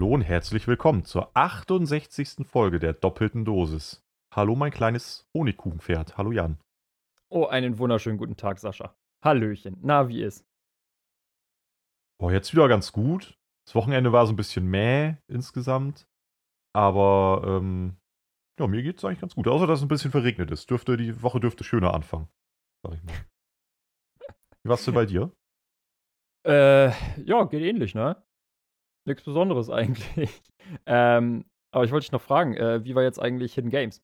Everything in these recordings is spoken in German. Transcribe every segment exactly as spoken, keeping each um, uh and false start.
Hallo und herzlich willkommen zur achtundsechzigsten Folge der doppelten Dosis. Hallo mein kleines Honigkuchenpferd. Hallo Jan. Oh, einen wunderschönen guten Tag, Sascha. Hallöchen. Na, wie ist? Boah, jetzt wieder ganz gut. Das Wochenende war so ein bisschen mäh insgesamt. Aber ähm, ja, mir geht es eigentlich ganz gut. Außer, dass es ein bisschen verregnet ist. Dürfte, die Woche dürfte schöner anfangen. Sag ich mal. Wie war's denn bei dir? Äh, ja, geht ähnlich, ne? Nichts Besonderes eigentlich. ähm, aber ich wollte dich noch fragen, äh, wie war jetzt eigentlich Hidden Games?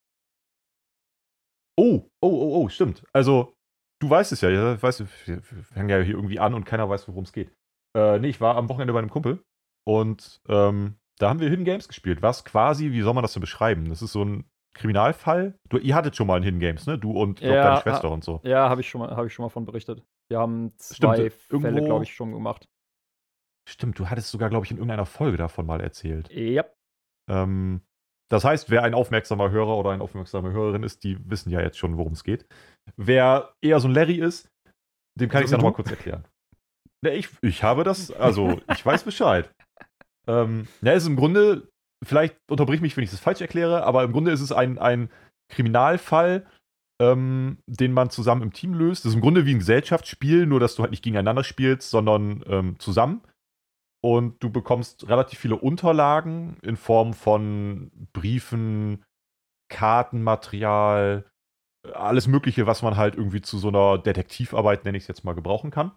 Oh, oh, oh, oh, stimmt. Also, du weißt es ja. ja weißt du, wir, wir fangen ja hier irgendwie an und keiner weiß, worum es geht. Äh, nee, ich war am Wochenende bei einem Kumpel und ähm, da haben wir Hidden Games gespielt. Was quasi, wie soll man das denn beschreiben? Das ist so ein Kriminalfall. Du, ihr hattet schon mal ein Hidden Games, ne? Du und, glaub, deine Ja, Schwester ha und so. ja, habe ich schon mal habe ich schon mal von berichtet. Wir haben Stimmt, zwei Fälle, glaube irgendwo. ich, schon gemacht. Stimmt, du hattest sogar, glaube ich, in irgendeiner Folge davon mal erzählt. Ja. Ähm, das heißt, wer ein aufmerksamer Hörer oder eine aufmerksame Hörerin ist, die wissen ja jetzt schon, worum es geht. Wer eher so ein Larry ist, dem kann So ich es wie ja nochmal du? kurz erklären. Ne, ich, ich habe das, also ich weiß Bescheid. Ähm, ja, ist im Grunde, vielleicht unterbrich mich, wenn ich das falsch erkläre, aber im Grunde ist es ein, ein Kriminalfall, ähm, den man zusammen im Team löst. Das ist im Grunde wie ein Gesellschaftsspiel, nur dass du halt nicht gegeneinander spielst, sondern ähm, zusammen. Und du bekommst relativ viele Unterlagen in Form von Briefen, Kartenmaterial, alles Mögliche, was man halt irgendwie zu so einer Detektivarbeit, nenne ich es jetzt mal, gebrauchen kann.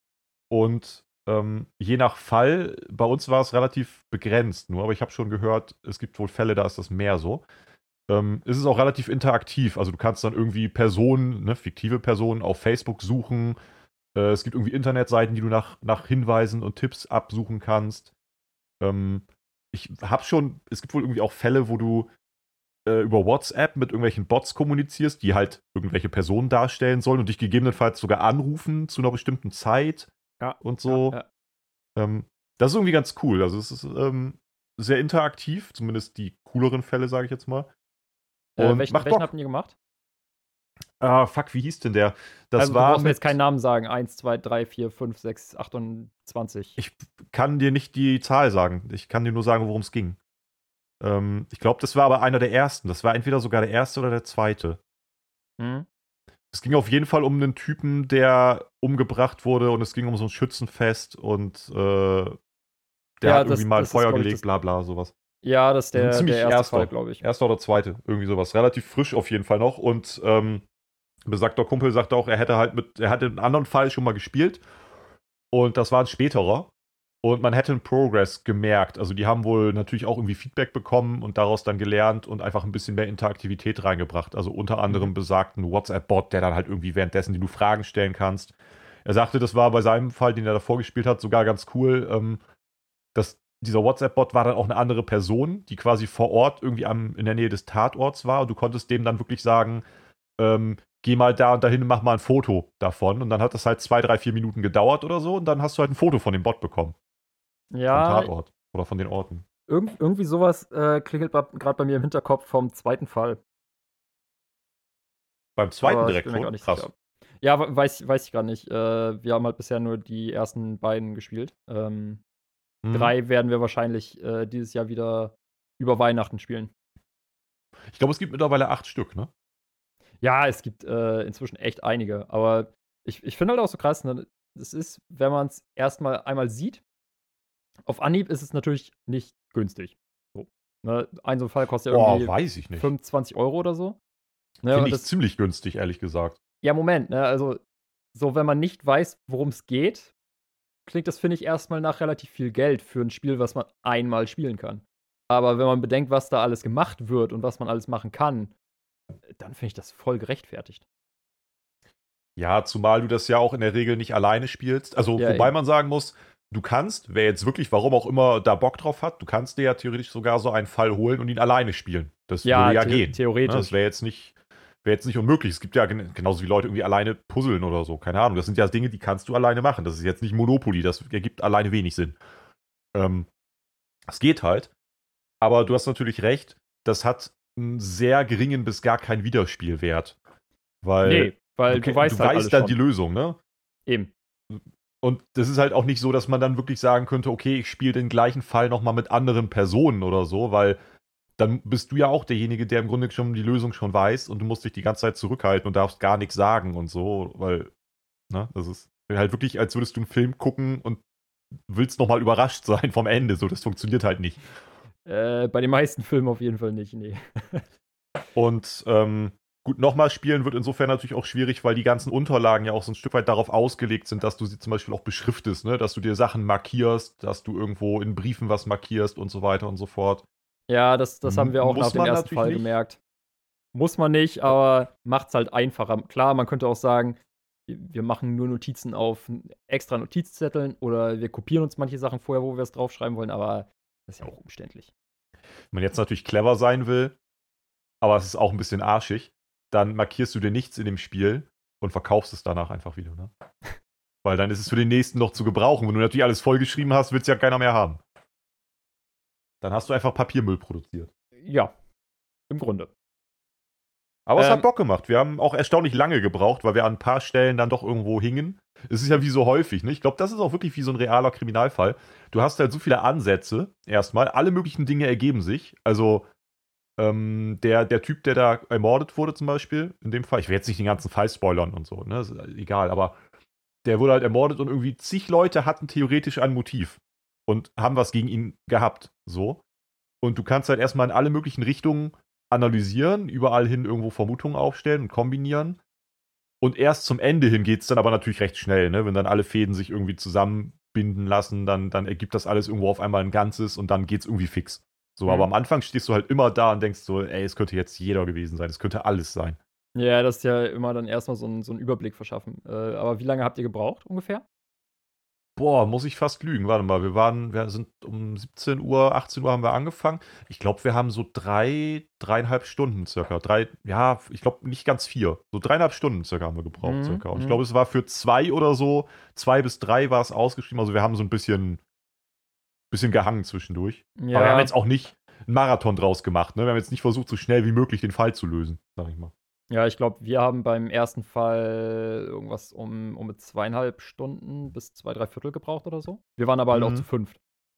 Und ähm, je nach Fall, bei uns war es relativ begrenzt nur, aber ich habe schon gehört, es gibt wohl Fälle, da ist das mehr so. Ähm, es ist auch relativ interaktiv, also du kannst dann irgendwie Personen, ne, fiktive Personen auf Facebook suchen. Äh, es gibt irgendwie Internetseiten, die du nach, nach Hinweisen und Tipps absuchen kannst. Ähm, ich habe schon, es gibt wohl irgendwie auch Fälle, wo du äh, über WhatsApp mit irgendwelchen Bots kommunizierst, die halt irgendwelche Personen darstellen sollen und dich gegebenenfalls sogar anrufen zu einer bestimmten Zeit Ja, und ja, so. ja. Ähm, das ist irgendwie ganz cool. Also es ist ähm, sehr interaktiv, zumindest die cooleren Fälle, sage ich jetzt mal. Äh, Und welchen macht welchen habt Bock. ihr gemacht? Ah, fuck, wie hieß denn der? Das Also, du war brauchst mir jetzt keinen mit. Namen sagen. Eins, zwei, drei, vier, fünf, sechs, achtundzwanzig. Ich kann dir nicht die Zahl sagen. Ich kann dir nur sagen, worum es ging. Ähm, ich glaube, das war aber einer der ersten. Das war entweder sogar der erste oder der zweite. Mhm. Es ging auf jeden Fall um einen Typen, der umgebracht wurde und es ging um so ein Schützenfest und äh, der Ja, hat irgendwie das mal das ist, Feuer glaube ich, gelegt, das bla bla, sowas. ja, das ist Das ist ein der der ziemlich erste Fall, erster. glaube ich. Erster oder zweite, irgendwie sowas. Relativ frisch auf jeden Fall noch. Und ähm, besagter Kumpel sagte auch, er hätte halt mit, er hatte einen anderen Fall schon mal gespielt und das war ein späterer. Und man hätte einen Progress gemerkt. Also die haben wohl natürlich auch irgendwie Feedback bekommen und daraus dann gelernt und einfach ein bisschen mehr Interaktivität reingebracht. Also unter Mhm. anderem besagten WhatsApp-Bot, der dann halt irgendwie währenddessen, die du Fragen stellen kannst. Er sagte, das war bei seinem Fall, den er davor gespielt hat, sogar ganz cool. Ähm, dass dieser WhatsApp-Bot war dann auch eine andere Person, die quasi vor Ort irgendwie am, in der Nähe des Tatorts war. Und du konntest dem dann wirklich sagen, ähm, geh mal da und dahin und mach mal ein Foto davon. Und dann hat das halt zwei, drei, vier Minuten gedauert oder so. Und dann hast du halt ein Foto von dem Bot bekommen. Vom Ja, Tatort oder von den Orten. irgend irgendwie sowas äh, klingelt gerade bei mir im Hinterkopf vom zweiten Fall, Beim zweiten aber ich direkt bin mir gar schon? nicht Krass. sicher. Ja, we weiß weiß ich grad nicht. Äh, wir haben halt bisher nur die ersten beiden gespielt. Ähm, Mhm. drei werden wir wahrscheinlich, äh, dieses Jahr wieder über Weihnachten spielen. Ich glaube, es gibt mittlerweile acht Stück, ne? Ja, es gibt, äh, inzwischen echt einige, aber ich ich finde halt auch so krass, ne, das ist, wenn man's erst mal einmal sieht, auf Anhieb ist es natürlich nicht günstig. So, ne? Ein so 'n Fall kostet ja Boah, irgendwie weiß ich nicht. fünfundzwanzig Euro oder so, ne? Finde Und ich das, ziemlich günstig, ehrlich gesagt. ja, Moment, ne? Also, so, wenn man nicht weiß, worum's geht, klingt das, finde ich, erst mal nach relativ viel Geld für 'n Spiel, was man einmal spielen kann. Aber wenn man bedenkt, was da alles gemacht wird und was man alles machen kann, äh, dann finde ich das voll gerechtfertigt. Ja, zumal du das ja auch in der Regel nicht alleine spielst. Also, Ja, wobei eben. man sagen muss, du kannst, wer jetzt wirklich, warum auch immer, da Bock drauf hat, du kannst dir ja theoretisch sogar so einen Fall holen und ihn alleine spielen. Das würde Ja, ja the gehen. Ne? Das theoretisch. wäre jetzt nicht, wäre jetzt nicht unmöglich. Es gibt ja gen genauso wie Leute irgendwie alleine puzzeln oder so. Keine Ahnung. Das sind ja Dinge, die kannst du alleine machen. Das ist jetzt nicht Monopoly. Das ergibt alleine wenig Sinn. Ähm, Es geht halt. Aber du hast natürlich recht, das hat einen sehr geringen bis gar keinen Wiederspielwert. Weil Ne, du, weil du ke- du weißt halt weißt alles dann die schon. Lösung, ne? Eben. Und das ist halt auch nicht so, dass man dann wirklich sagen könnte, okay, ich spiele den gleichen Fall nochmal mit anderen Personen oder so, weil dann bist du ja auch derjenige, der im Grunde schon die Lösung schon weiß und du musst dich die ganze Zeit zurückhalten und darfst gar nichts sagen und so, weil, ne, das ist halt wirklich, als würdest du einen Film gucken und willst nochmal überrascht sein vom Ende, so, das funktioniert halt nicht. Äh, bei den meisten Filmen auf jeden Fall nicht, nee. Und, ähm, gut, nochmal spielen wird insofern natürlich auch schwierig, weil die ganzen Unterlagen ja auch so ein Stück weit darauf ausgelegt sind, dass du sie zum Beispiel auch beschriftest, ne? Dass du dir Sachen markierst, dass du irgendwo in Briefen was markierst und so weiter und so fort. Ja, das, das haben wir auch Muss nach dem man ersten natürlich Fall nicht. gemerkt. Muss man nicht, aber macht's halt einfacher. Klar, man könnte auch sagen, wir wir machen nur Notizen auf extra Notizzetteln oder wir kopieren uns manche Sachen vorher, wo wir es draufschreiben wollen, aber das ist ja auch umständlich. Wenn man jetzt natürlich clever sein will, aber es ist auch ein bisschen arschig, dann markierst du dir nichts in dem Spiel und verkaufst es danach einfach wieder, ne? Weil dann ist es für den nächsten noch zu gebrauchen. Wenn du natürlich alles vollgeschrieben hast, will es ja keiner mehr haben. Dann hast du einfach Papiermüll produziert. Ja, im Grunde. Aber es Ähm, hat Bock gemacht. Wir haben auch erstaunlich lange gebraucht, weil wir an ein paar Stellen dann doch irgendwo hingen. Es ist ja wie so häufig, ne? Ich glaube, das ist auch wirklich wie so ein realer Kriminalfall. Du hast halt so viele Ansätze, erstmal. Alle möglichen Dinge ergeben sich. Also, ähm, der, der Typ, der da ermordet wurde, zum Beispiel, in dem Fall, ich will jetzt nicht den ganzen Fall spoilern und so, ne? Das ist egal, aber der wurde halt ermordet und irgendwie zig Leute hatten theoretisch ein Motiv und haben was gegen ihn gehabt. So. Und du kannst halt erstmal in alle möglichen Richtungen analysieren, überall hin irgendwo Vermutungen aufstellen und kombinieren. Und erst zum Ende hin geht es dann aber natürlich recht schnell, ne? Wenn dann alle Fäden sich irgendwie zusammenbinden lassen, dann, dann ergibt das alles irgendwo auf einmal ein Ganzes und dann geht es irgendwie fix. So, Mhm. aber am Anfang stehst du halt immer da und denkst so, ey, es könnte jetzt jeder gewesen sein, es könnte alles sein. Ja, das ist ja immer dann erstmal so, ein, so einen Überblick verschaffen. Äh, aber wie lange habt ihr gebraucht ungefähr? Boah, muss ich fast lügen. Warte mal, wir waren, wir sind um siebzehn Uhr, achtzehn Uhr haben wir angefangen. Ich glaube, wir haben so drei, dreieinhalb Stunden circa. Drei, ja, ich glaube nicht ganz vier. So dreieinhalb Stunden circa haben wir gebraucht, Mhm, circa. Und ich mhm. glaube, es war für zwei oder so, zwei bis drei war es ausgeschrieben. Also wir haben so ein bisschen, bisschen gehangen zwischendurch. Aber wir haben Ja, jetzt auch nicht einen Marathon draus gemacht, ne? Wir haben jetzt nicht versucht, so schnell wie möglich den Fall zu lösen, sag ich mal. ja, ich glaube, wir haben beim ersten Fall irgendwas um, um zweieinhalb Stunden bis zwei, drei Viertel gebraucht oder so. Wir waren aber halt auch Mhm. zu fünft.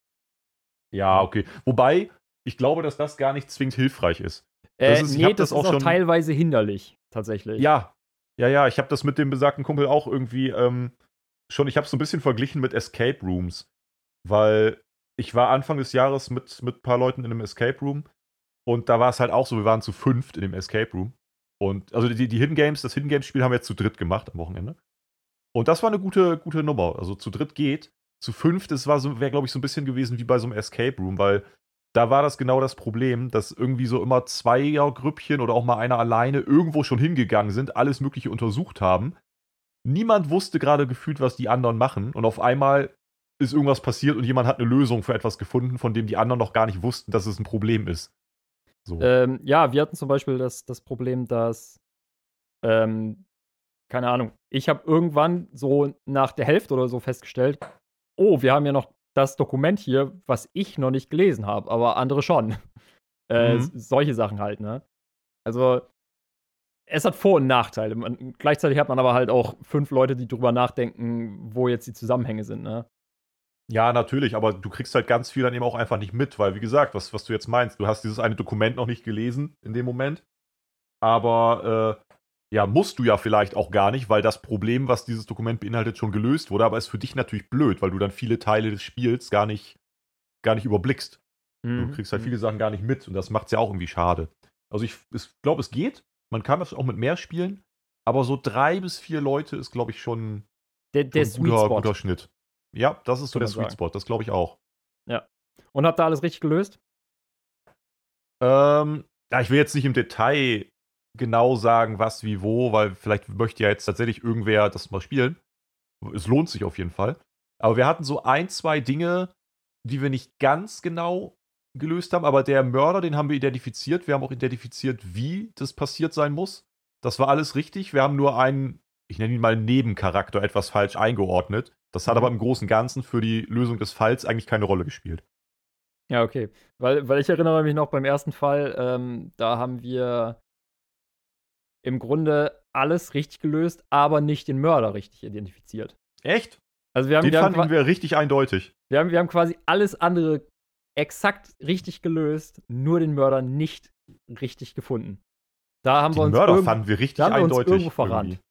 Ja, okay. Wobei, ich glaube, dass das gar nicht zwingend hilfreich ist. Das Äh, ist, ich nee, habe das das auch ist auch schon. teilweise hinderlich, tatsächlich. Ja, ja, ja, ich habe das mit dem besagten Kumpel auch irgendwie ähm, schon, ich habe es so ein bisschen verglichen mit Escape Rooms, weil ich war Anfang des Jahres mit, mit ein paar Leuten in einem Escape Room und da war es halt auch so, wir waren zu fünft in dem Escape Room und also die, die Hidden Games, das Hidden Games Spiel haben wir jetzt zu dritt gemacht am Wochenende und das war eine gute, gute Nummer, also zu dritt geht, zu fünft, das war so, wäre glaube ich so ein bisschen gewesen wie bei so einem Escape Room, weil da war das genau das Problem, dass irgendwie so immer Zweiergrüppchen oder auch mal einer alleine irgendwo schon hingegangen sind, alles Mögliche untersucht haben. Niemand wusste gerade gefühlt, was die anderen machen. Und auf einmal ist irgendwas passiert und jemand hat eine Lösung für etwas gefunden, von dem die anderen noch gar nicht wussten, dass es ein Problem ist. So. Ähm, ja, wir hatten zum Beispiel das, das Problem, dass, ähm, keine Ahnung, ich habe irgendwann so nach der Hälfte oder so festgestellt, oh, wir haben ja noch das Dokument hier, was ich noch nicht gelesen habe, aber andere schon. Äh, Mhm. s- solche Sachen halt, ne? Also, es hat Vor- und Nachteile. Man, gleichzeitig hat man aber halt auch fünf Leute, die drüber nachdenken, wo jetzt die Zusammenhänge sind, ne? Ja, natürlich, aber du kriegst halt ganz viel dann eben auch einfach nicht mit, weil, wie gesagt, was, was du jetzt meinst, du hast dieses eine Dokument noch nicht gelesen in dem Moment, aber äh, ja, musst du ja vielleicht auch gar nicht, weil das Problem, was dieses Dokument beinhaltet, schon gelöst wurde, aber ist für dich natürlich blöd, weil du dann viele Teile des Spiels gar nicht, gar nicht überblickst. Du kriegst halt Mhm. viele Sachen gar nicht mit und das macht es ja auch irgendwie schade. Also ich, ich glaube, es geht. Man kann das auch mit mehr spielen, aber so drei bis vier Leute ist, glaube ich, schon, Der, schon der ein Sweet guter, Spot, guter Schnitt. Ja, das ist so kann der man Sweet sagen. Spot, das glaube ich auch. Ja. Und habt ihr alles richtig gelöst? Ähm, ja, ich will jetzt nicht im Detail genau sagen, was, wie, wo, weil vielleicht möchte ja jetzt tatsächlich irgendwer das mal spielen. Es lohnt sich auf jeden Fall. Aber wir hatten so ein, zwei Dinge, die wir nicht ganz genau gelöst haben, aber der Mörder, den haben wir identifiziert. Wir haben auch identifiziert, wie das passiert sein muss. Das war alles richtig. Wir haben nur einen, ich nenne ihn mal Nebencharakter, etwas falsch eingeordnet. Das hat Mhm. aber im Großen und Ganzen für die Lösung des Falls eigentlich keine Rolle gespielt. Ja, okay. Weil, weil ich erinnere mich noch beim ersten Fall, ähm, da haben wir im Grunde alles richtig gelöst, aber nicht den Mörder richtig identifiziert. Echt? Also wir haben, Den wir haben, fanden qua- wir richtig eindeutig. wir haben, wir haben quasi alles andere exakt richtig gelöst, nur den Mörder nicht richtig gefunden. Da haben wir Den uns Mörder irgendwo, fanden wir richtig da haben wir uns eindeutig. irgendwo verrannt. irgendwie.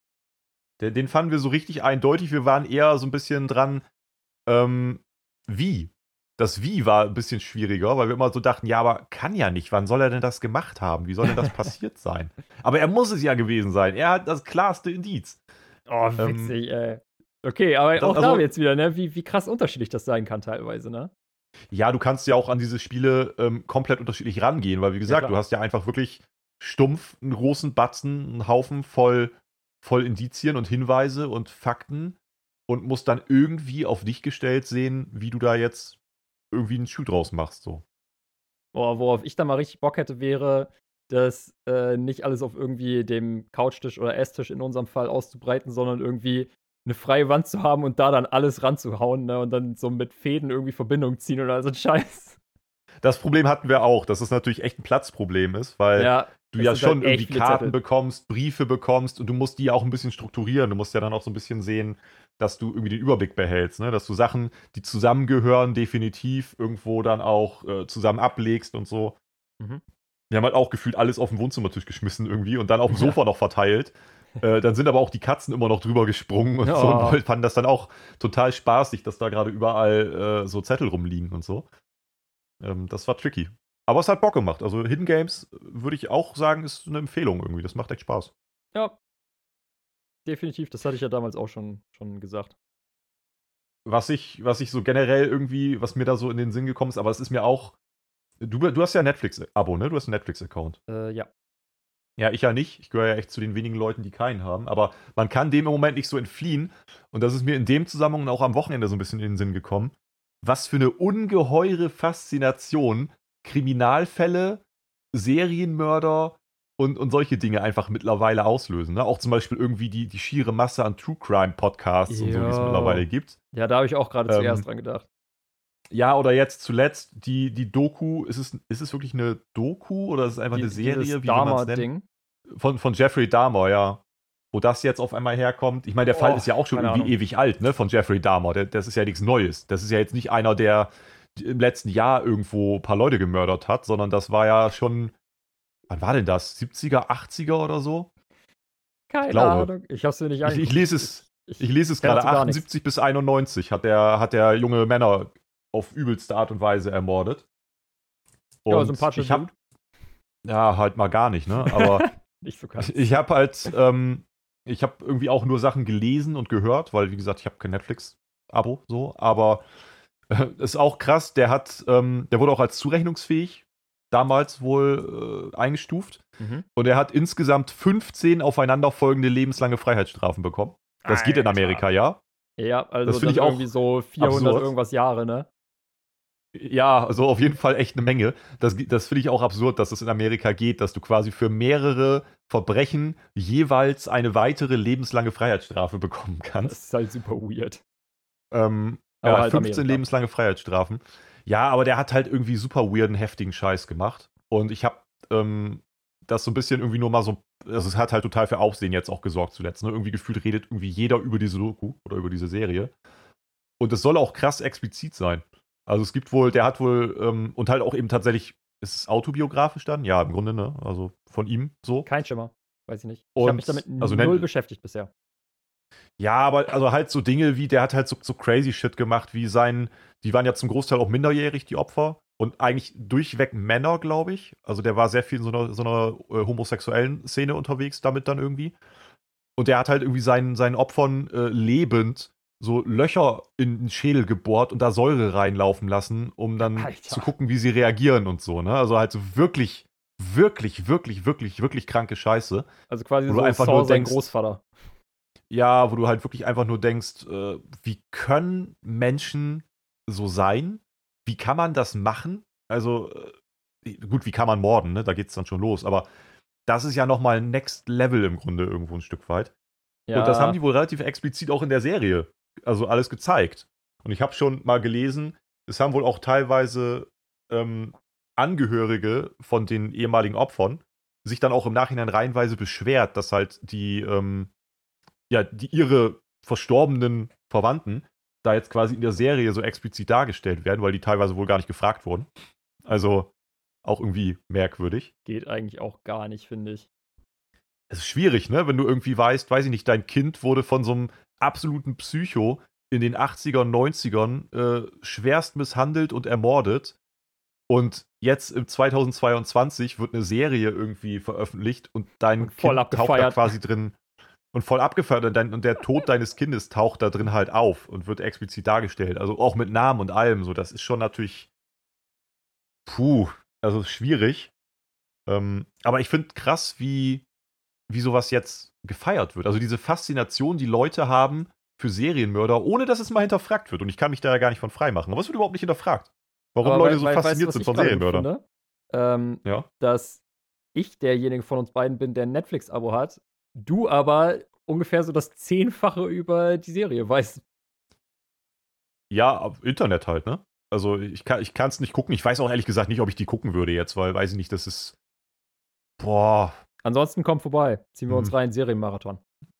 Den, den fanden wir so richtig eindeutig. Wir waren eher so ein bisschen dran, ähm, wie? Das Wie war ein bisschen schwieriger, weil wir immer so dachten, ja, aber kann ja nicht. Wann soll er denn das gemacht haben? Wie soll denn das passiert sein? Aber er muss es ja gewesen sein. Er hat das klarste Indiz. Oh, witzig, ähm, ey. Okay, aber das, auch also, da jetzt wieder, ne? Wie, wie krass unterschiedlich das sein kann teilweise, ne? Ja, du kannst ja auch an diese Spiele ähm, komplett unterschiedlich rangehen, weil wie gesagt, Ja, du hast ja einfach wirklich stumpf einen großen Batzen, einen Haufen voll, voll Indizien und Hinweise und Fakten und musst dann irgendwie auf dich gestellt sehen, wie du da jetzt irgendwie einen Schuh draus machst. So. Boah, worauf ich da mal richtig Bock hätte, wäre, das äh, nicht alles auf irgendwie dem Couchtisch oder Esstisch in unserem Fall auszubreiten, sondern irgendwie eine freie Wand zu haben und da dann alles ranzuhauen, ne? Und dann so mit Fäden irgendwie Verbindung ziehen oder so ein Scheiß. Das Problem hatten wir auch, dass es natürlich echt ein Platzproblem ist, weil Ja, du es ja sind schon halt echt irgendwie viele Karten Zettel. bekommst, Briefe bekommst und du musst die ja auch ein bisschen strukturieren. Du musst ja dann auch so ein bisschen sehen, dass du irgendwie den Überblick behältst, ne? Dass du Sachen, die zusammengehören, definitiv irgendwo dann auch äh, zusammen ablegst und so. Mhm. Wir haben halt auch gefühlt alles auf den Wohnzimmertisch geschmissen irgendwie und dann auf dem Sofa noch verteilt. Äh, dann sind aber auch die Katzen immer noch drüber gesprungen und Ja. so und fanden das dann auch total spaßig, dass da gerade überall äh, so Zettel rumliegen und so. Ähm, das war tricky. Aber es hat Bock gemacht. Also Hidden Games, würde ich auch sagen, ist eine Empfehlung irgendwie. Das macht echt Spaß. Ja. Definitiv, das hatte ich ja damals auch schon, schon gesagt. Was ich, was ich so generell irgendwie, was mir da so in den Sinn gekommen ist, aber es ist mir auch. Du, du hast ja ein Netflix-Abo, ne? Du hast einen Netflix-Account. Äh, ja. Ja, ich ja nicht. Ich gehöre ja echt zu den wenigen Leuten, die keinen haben. Aber man kann dem im Moment nicht so entfliehen. Und das ist mir in dem Zusammenhang auch am Wochenende so ein bisschen in den Sinn gekommen. Was für eine ungeheure Faszination Kriminalfälle, Serienmörder und, und solche Dinge einfach mittlerweile auslösen. Ne? Auch zum Beispiel irgendwie die, die schiere Masse an True Crime Podcasts und so, die es Ja. mittlerweile gibt. Ja, da habe ich auch gerade Ähm, zuerst dran gedacht. Ja, oder jetzt zuletzt die, die Doku. Ist es, ist es wirklich eine Doku oder ist es einfach Die- eine Serie, dieses wie man es nennt? Dahmer-Ding. Von, von Jeffrey Dahmer, ja. Wo das jetzt auf einmal herkommt. Ich meine, der Fall Oh, ist ja auch schon keine irgendwie Ahnung. ewig alt, ne, von Jeffrey Dahmer. Der, das ist ja nichts Neues. Das ist ja jetzt nicht einer, der im letzten Jahr irgendwo ein paar Leute gemördert hat, sondern das war ja schon, wann war denn das? siebziger, achtziger oder so? Keine glaube. Ahnung. Ich hab's mir nicht Ich, angeguckt. ich lese es, Ich, ich lese es kenn gerade. dazu gar nichts. achtundsiebzig bis einundneunzig hat der, hat der junge Männer auf übelste Art und Weise ermordet. Ja, Und sympathischer ich hab, Dude. ja, halt mal gar nicht, ne? Aber Nicht so krass. ich habe halt, ähm, ich habe irgendwie auch nur Sachen gelesen und gehört, weil, wie gesagt, ich habe kein Netflix-Abo, so. Aber äh, ist auch krass, der hat, ähm, der wurde auch als zurechnungsfähig damals wohl äh, eingestuft. Mhm. Und er hat insgesamt fünfzehn aufeinanderfolgende lebenslange Freiheitsstrafen bekommen. Das geht in Alter. Amerika, ja. Ja, also Das das find ich sind auch irgendwie so vierhundert absurd. irgendwas Jahre, ne? Ja, also auf jeden Fall echt eine Menge. Das, das finde ich auch absurd, dass es in Amerika geht, dass du quasi für mehrere Verbrechen jeweils eine weitere lebenslange Freiheitsstrafe bekommen Das kannst. ist halt super weird. Ähm, Aber ja, halt fünfzehn Amerika. lebenslange Freiheitsstrafen. Ja, aber der hat halt irgendwie super weirden, heftigen Scheiß gemacht. Und ich habe ähm, das so ein bisschen irgendwie nur mal so, also es hat halt total für Aufsehen jetzt auch gesorgt zuletzt. Ne? Irgendwie gefühlt redet irgendwie jeder über diese Doku oder über diese Serie. Und es soll auch krass explizit sein. Also es gibt wohl, der hat wohl, ähm, und halt auch eben tatsächlich, ist es autobiografisch dann? Ja, im Grunde, ne? Also von ihm so. Kein Schimmer. Weiß ich nicht. Ich Und, habe mich damit also null nenn- beschäftigt bisher. Ja, aber also halt so Dinge wie, der hat halt so, so crazy Shit gemacht, wie sein, die waren ja zum Großteil auch minderjährig, die Opfer. Und eigentlich durchweg Männer, glaube ich. Also der war sehr viel in so einer, so einer äh, homosexuellen Szene unterwegs damit dann irgendwie. Und der hat halt irgendwie seinen, seinen Opfern äh, lebend so Löcher in den Schädel gebohrt und da Säure reinlaufen lassen, um dann Alter. zu gucken, wie sie reagieren und so, ne? Also halt so wirklich, wirklich, wirklich, wirklich, wirklich kranke Scheiße. Also quasi Wo du so einfach Saw nur sein denkst- Großvater. Ja, wo du halt wirklich einfach nur denkst, äh, wie können Menschen so sein? Wie kann man das machen? Also, äh, gut, wie kann man morden, ne? Da geht's dann schon los, aber das ist ja nochmal Next Level im Grunde irgendwo ein Stück weit. Ja, Und das haben die wohl relativ explizit auch in der Serie, also alles gezeigt. Und ich habe schon mal gelesen, es haben wohl auch teilweise ähm, Angehörige von den ehemaligen Opfern sich dann auch im Nachhinein reihenweise beschwert, dass halt die, ähm, ja, die ihre verstorbenen Verwandten da jetzt quasi in der Serie so explizit dargestellt werden, weil die teilweise wohl gar nicht gefragt wurden. Also auch irgendwie merkwürdig. Geht eigentlich auch gar nicht, finde ich. Es ist schwierig, ne? Wenn du irgendwie weißt, weiß ich nicht, dein Kind wurde von so einem absoluten Psycho in den achtzigern, neunzigern äh, schwerst misshandelt und ermordet. Und jetzt im zweitausendzweiundzwanzig wird eine Serie irgendwie veröffentlicht und dein Und voll Kind taucht da abgefeiert. quasi drin und voll abgefeiert und, dein, und der Tod deines Kindes taucht da drin halt auf und wird explizit dargestellt. Also auch mit Namen und allem. So, das ist schon natürlich puh, also schwierig. Ähm, aber ich finde krass, wie, wie sowas jetzt gefeiert wird. Also diese Faszination, die Leute haben für Serienmörder, ohne dass es mal hinterfragt wird. Und ich kann mich da ja gar nicht von frei machen. Aber es wird überhaupt nicht hinterfragt. Warum Aber Leute wei- so wei- fasziniert weißt du, sind was von ich gerade gut Serienmördern. finde? Ähm, Ja. Dass ich derjenige von uns beiden bin, der ein Netflix-Abo hat, du aber ungefähr so das Zehnfache über die Serie weißt. Ja, auf Internet halt, ne? Also ich kann ich es nicht gucken. Ich weiß auch ehrlich gesagt nicht, ob ich die gucken würde jetzt, weil weiß ich nicht, das ist. Boah. Ansonsten komm vorbei, ziehen wir uns Hm. rein, Serienmarathon.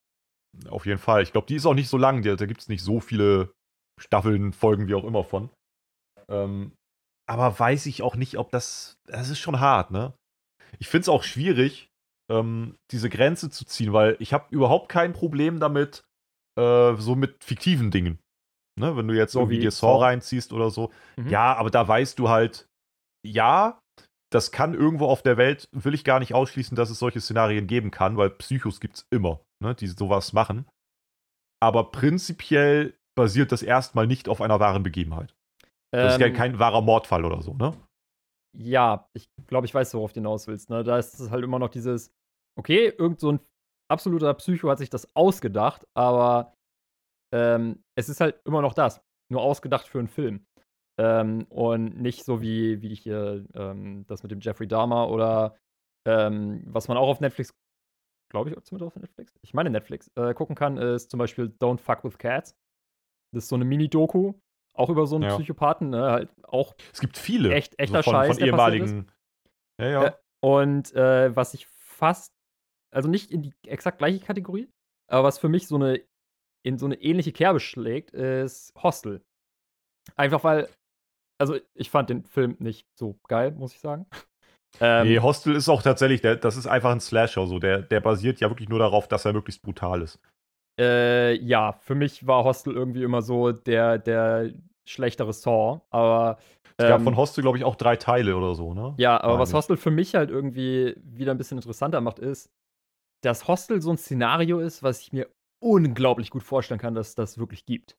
Auf jeden Fall. Ich glaube, die ist auch nicht so lang. Da, da gibt es nicht so viele Staffeln, Folgen, wie auch immer von. Ähm, aber weiß ich auch nicht, ob das. Das ist schon hart, ne? Ich finde es auch schwierig, ähm, diese Grenze zu ziehen, weil ich habe überhaupt kein Problem damit, äh, so mit fiktiven Dingen. Ne? Wenn du jetzt So irgendwie wie dir Saw Saw. reinziehst oder so. Mhm. Ja, aber da weißt du halt, ja, das kann irgendwo auf der Welt, will ich gar nicht ausschließen, dass es solche Szenarien geben kann, weil Psychos gibt es immer, ne, die sowas machen. Aber prinzipiell basiert das erstmal nicht auf einer wahren Begebenheit. Das ist ja Ähm, kein wahrer Mordfall oder so, ne? Ja, ich glaube, ich weiß, worauf du hinaus willst. Ne? Da ist es halt immer noch dieses, okay, irgend so ein absoluter Psycho hat sich das ausgedacht, aber ähm, es ist halt immer noch das. Nur ausgedacht für einen Film. Ähm, und nicht so wie, wie hier ähm, das mit dem Jeffrey Dahmer oder ähm, was man auch auf Netflix, glaube ich, zumindest auf Netflix, ich meine Netflix, äh, gucken kann, ist zum Beispiel Don't Fuck with Cats. Das ist so eine Mini-Doku, auch über so einen Ja. Psychopathen, ne? Halt auch Es gibt viele. echt, echter so von, Scheiß, von der passiert ist. ehemaligen. Ja, ja. Äh, und äh, was ich fast, also nicht in die exakt gleiche Kategorie, aber was für mich so eine, in so eine ähnliche Kerbe schlägt, ist Hostel. Einfach weil, also ich fand den Film nicht so geil, muss ich sagen. Ähm, Nee, Hostel ist auch tatsächlich, der, das ist einfach ein Slasher. So. Der, der basiert ja wirklich nur darauf, dass er möglichst brutal ist. äh, ja, für mich war Hostel irgendwie immer so der, der schlechtere Saw, aber Es gab ähm, von Hostel, glaube ich, auch drei Teile oder so, ne? ja, aber Meine was ich. Hostel für mich halt irgendwie wieder ein bisschen interessanter macht, ist, dass Hostel so ein Szenario ist, was ich mir unglaublich gut vorstellen kann, dass das wirklich gibt.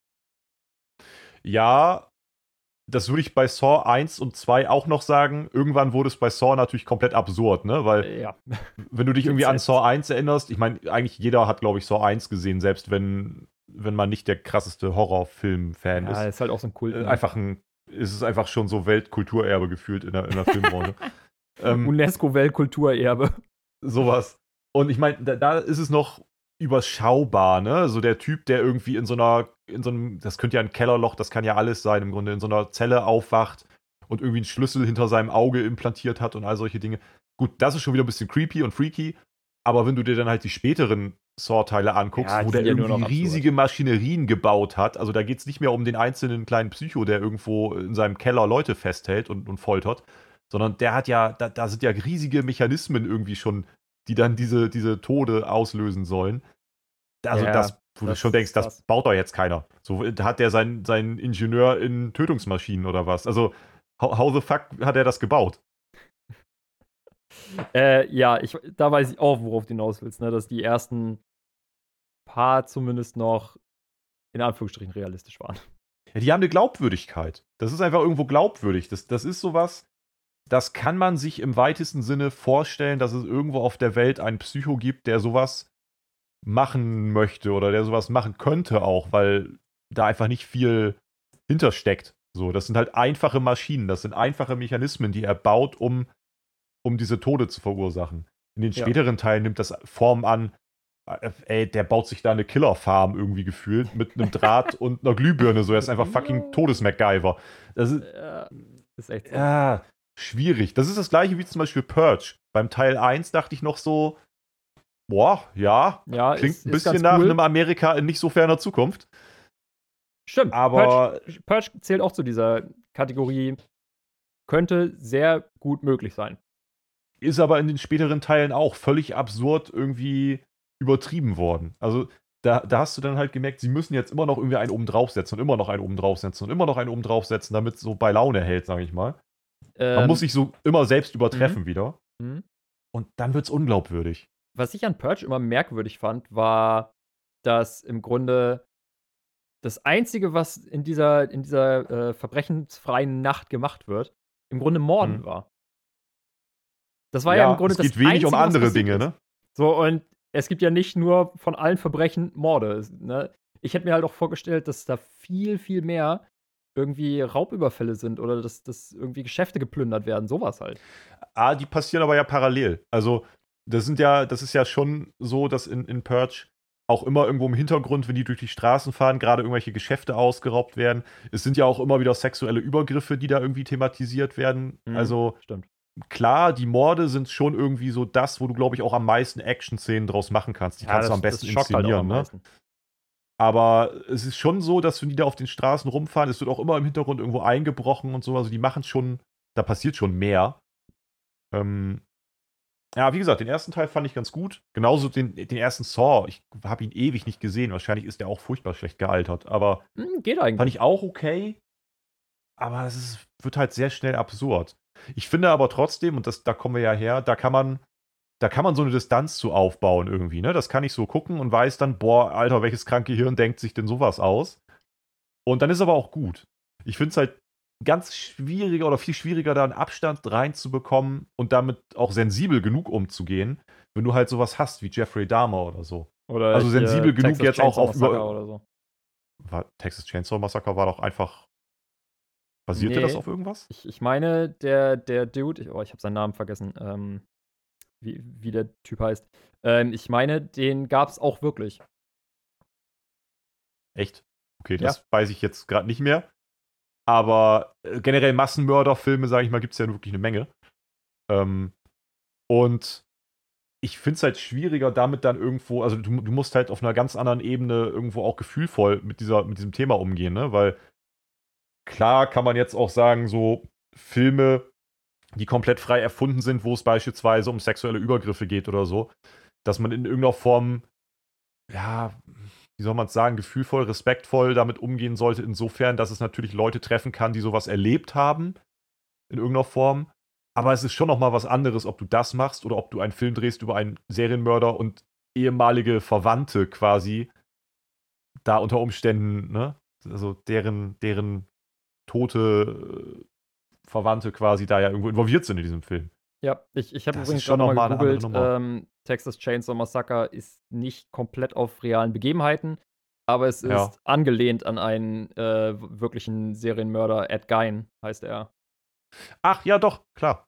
Ja, das würde ich bei Saw eins und zwei auch noch sagen. Irgendwann wurde es bei Saw natürlich komplett absurd, ne? Weil, Äh, ja. wenn du dich irgendwie an Jetzt. Saw eins erinnerst, ich meine, eigentlich jeder hat, glaube ich, Saw eins gesehen, selbst wenn, wenn man nicht der krasseste Horrorfilm-Fan Ja, ist. ist halt auch so ein Kult. Äh, Ne? einfach ein, ist es einfach schon so Weltkulturerbe gefühlt in der, in der Filmbranche. ähm, UNESCO-Weltkulturerbe. sowas. Und ich meine, da, da ist es noch überschaubar, ne? So der Typ, der irgendwie in so einer, in so einem, das könnte ja ein Kellerloch, das kann ja alles sein, im Grunde in so einer Zelle aufwacht und irgendwie einen Schlüssel hinter seinem Auge implantiert hat und all solche Dinge. Gut, das ist schon wieder ein bisschen creepy und freaky, aber wenn du dir dann halt die späteren Saw-Teile anguckst, Ja, die wo der sind ja nur irgendwie noch absurd. riesige Maschinerien gebaut hat, also da geht es nicht mehr um den einzelnen kleinen Psycho, der irgendwo in seinem Keller Leute festhält und, und foltert, sondern der hat ja, da, da sind ja riesige Mechanismen irgendwie schon, die dann diese, diese Tode auslösen sollen. Also Ja, das, wo du das schon denkst, ist das krass. baut doch jetzt keiner. So hat der seinen sein Ingenieur in Tötungsmaschinen oder was. Also, how, how the fuck hat er das gebaut? Äh, ja, ich, da weiß ich auch, worauf du hinaus willst, ne? Dass die ersten paar zumindest noch in Anführungsstrichen realistisch waren. Ja, die haben eine Glaubwürdigkeit. Das ist einfach irgendwo glaubwürdig. Das, das ist sowas, das kann man sich im weitesten Sinne vorstellen, dass es irgendwo auf der Welt einen Psycho gibt, der sowas machen möchte oder der sowas machen könnte auch, weil da einfach nicht viel hintersteckt. So, das sind halt einfache Maschinen, das sind einfache Mechanismen, die er baut, um, um diese Tode zu verursachen. In den Ja. späteren Teilen nimmt das Form an, äh, ey, der baut sich da eine Killerfarm irgendwie gefühlt mit einem Draht und einer Glühbirne, so, er ist einfach fucking Todes-MacGyver. Das ist, Ja, ist echt so. ja, schwierig. Das ist das gleiche wie zum Beispiel Purge. Beim Teil eins dachte ich noch so, boah, ja, Ja, klingt ist, ein ist bisschen ganz nach cool. einem Amerika in nicht so ferner Zukunft. Stimmt. Aber Purge, Purge zählt auch zu dieser Kategorie. Könnte sehr gut möglich sein. Ist aber in den späteren Teilen auch völlig absurd irgendwie übertrieben worden. Also da, da hast du dann halt gemerkt, sie müssen jetzt immer noch irgendwie einen oben draufsetzen und immer noch einen oben draufsetzen und immer noch einen oben draufsetzen, damit es so bei Laune hält, sage ich mal. Ähm, Man muss sich so immer selbst mhm. übertreffen wieder. mhm. Und dann wird es unglaubwürdig. Was ich an Purge immer merkwürdig fand, war, dass im Grunde das Einzige, was in dieser, in dieser äh, verbrechensfreien Nacht gemacht wird, im Grunde Morden Mhm. war. Das war ja, im Ja, Grunde es geht das wenig um Einzige, was andere passiert Dinge, ist. ne? So, und es gibt ja nicht nur von allen Verbrechen Morde. Es- Ne? Ich hätte mir halt auch vorgestellt, dass da viel, viel mehr irgendwie Raubüberfälle sind oder dass, dass irgendwie Geschäfte geplündert werden. Sowas halt. Ah, die passieren aber ja parallel. Also, das sind ja, das ist ja schon so, dass in, in Purge auch immer irgendwo im Hintergrund, wenn die durch die Straßen fahren, gerade irgendwelche Geschäfte ausgeraubt werden. Es sind ja auch immer wieder sexuelle Übergriffe, die da irgendwie thematisiert werden. Mhm. Also, Stimmt. klar, die Morde sind schon irgendwie so das, wo du, glaube ich, auch am meisten Action-Szenen draus machen kannst. Die Ja, kannst du das, am besten das schockt halt auch inszenieren, am ne? meisten. Aber es ist schon so, dass wenn die da auf den Straßen rumfahren, es wird auch immer im Hintergrund irgendwo eingebrochen und so. Also die machen schon, da passiert schon mehr. Ähm, ja, wie gesagt, den ersten Teil fand ich ganz gut. Genauso den, den ersten Saw. Ich habe ihn ewig nicht gesehen. Wahrscheinlich ist der auch furchtbar schlecht gealtert. Aber Hm, geht fand eigentlich. ich auch okay. Aber es ist, wird halt sehr schnell absurd. Ich finde aber trotzdem, und das, da kommen wir ja her, da kann man, da kann man so eine Distanz zu aufbauen irgendwie, ne? Das kann ich so gucken und weiß dann, boah, Alter, welches kranke Hirn denkt sich denn sowas aus? Und dann ist aber auch gut. Ich finde es halt ganz schwieriger oder viel schwieriger, da einen Abstand reinzubekommen und damit auch sensibel genug umzugehen, wenn du halt sowas hast wie Jeffrey Dahmer oder so. Oder Also hier sensibel genug Texas jetzt auch Chainsaw auf über. Massacre oder so. War, Texas Chainsaw Massacre war doch einfach. Basierte das Nee. auf irgendwas? Ich, ich meine, der, der Dude, ich, oh, ich habe seinen Namen vergessen, ähm, wie, wie der Typ heißt. Ähm, ich meine, den gab es auch wirklich. Echt? Okay, Ja. das weiß ich jetzt gerade nicht mehr. Aber äh, generell Massenmörderfilme, sage ich mal, gibt es ja wirklich eine Menge. Ähm, und ich finde es halt schwieriger, damit dann irgendwo, also du, du musst halt auf einer ganz anderen Ebene irgendwo auch gefühlvoll mit, dieser, mit diesem Thema umgehen, ne? Weil klar kann man jetzt auch sagen, so Filme, die komplett frei erfunden sind, wo es beispielsweise um sexuelle Übergriffe geht oder so, dass man in irgendeiner Form, ja, wie soll man es sagen, gefühlvoll, respektvoll damit umgehen sollte, insofern, dass es natürlich Leute treffen kann, die sowas erlebt haben, in irgendeiner Form. Aber es ist schon nochmal was anderes, ob du das machst oder ob du einen Film drehst über einen Serienmörder und ehemalige Verwandte quasi da unter Umständen, ne, also deren, deren tote äh, Verwandte quasi da ja irgendwo involviert sind in diesem Film. Ja, ich, ich habe Das übrigens ist schon gerade mal nochmal eine andere gegoogelt. Nummer. Ähm, Texas Chainsaw Massacre ist nicht komplett auf realen Begebenheiten, aber es Ja. ist angelehnt an einen äh, w- wirklichen Serienmörder. Ed Gein heißt er. Ach, ja, doch, klar.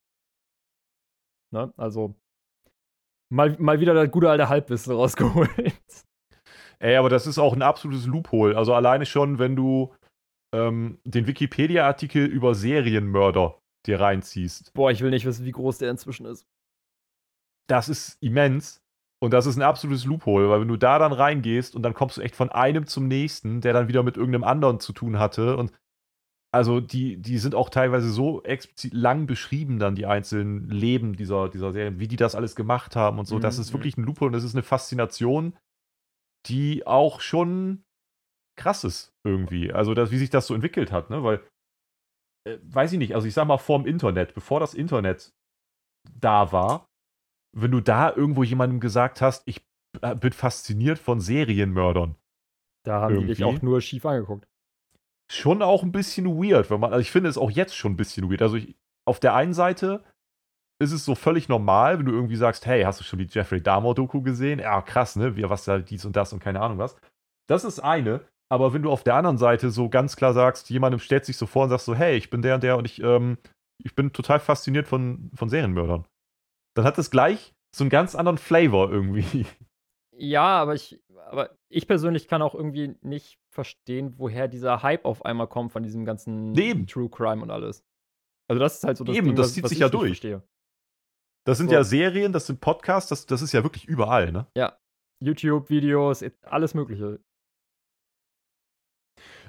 Ne? Also mal, mal wieder das gute alte Halbwissen rausgeholt. Ey, aber das ist auch ein absolutes Loophole. Also alleine schon, wenn du ähm, den Wikipedia-Artikel über Serienmörder dir reinziehst. Boah, ich will nicht wissen, wie groß der inzwischen ist. Das ist immens. Und das ist ein absolutes Loophole, weil wenn du da dann reingehst und dann kommst du echt von einem zum nächsten, der dann wieder mit irgendeinem anderen zu tun hatte. Und also die, die sind auch teilweise so explizit lang beschrieben, dann die einzelnen Leben dieser, dieser Serien, wie die das alles gemacht haben und so. Das Mhm, ist wirklich ein Loophole und das ist eine Faszination, die auch schon krass ist irgendwie. Also, das, wie sich das so entwickelt hat, ne? Weil, äh, weiß ich nicht, also ich sag mal vorm Internet, bevor das Internet da war, wenn du da irgendwo jemandem gesagt hast, ich äh, bin fasziniert von Serienmördern, Da haben die dich irgendwie. auch nur schief angeguckt. Schon auch ein bisschen weird, wenn man, also ich finde es auch jetzt schon ein bisschen weird. Also ich, auf der einen Seite ist es so völlig normal, wenn du irgendwie sagst, hey, hast du schon die Jeffrey Dahmer-Doku gesehen? Ja, krass, ne? Wie, was da dies und das und keine Ahnung was. Das ist eine, aber wenn du auf der anderen Seite so ganz klar sagst, jemandem stellt sich so vor und sagst so, hey, ich bin der und der und ich, ähm, ich bin total fasziniert von, von Serienmördern, dann hat das gleich so einen ganz anderen Flavor irgendwie. Ja, aber ich, aber ich persönlich kann auch irgendwie nicht verstehen, woher dieser Hype auf einmal kommt von diesem ganzen Eben. True Crime und alles. Also das ist halt so das Eben, Ding, das was, zieht was sich ich ja nicht durch. verstehe. Das sind So. ja Serien, das sind Podcasts, das, das ist ja wirklich überall, ne? Ja, YouTube-Videos, alles Mögliche.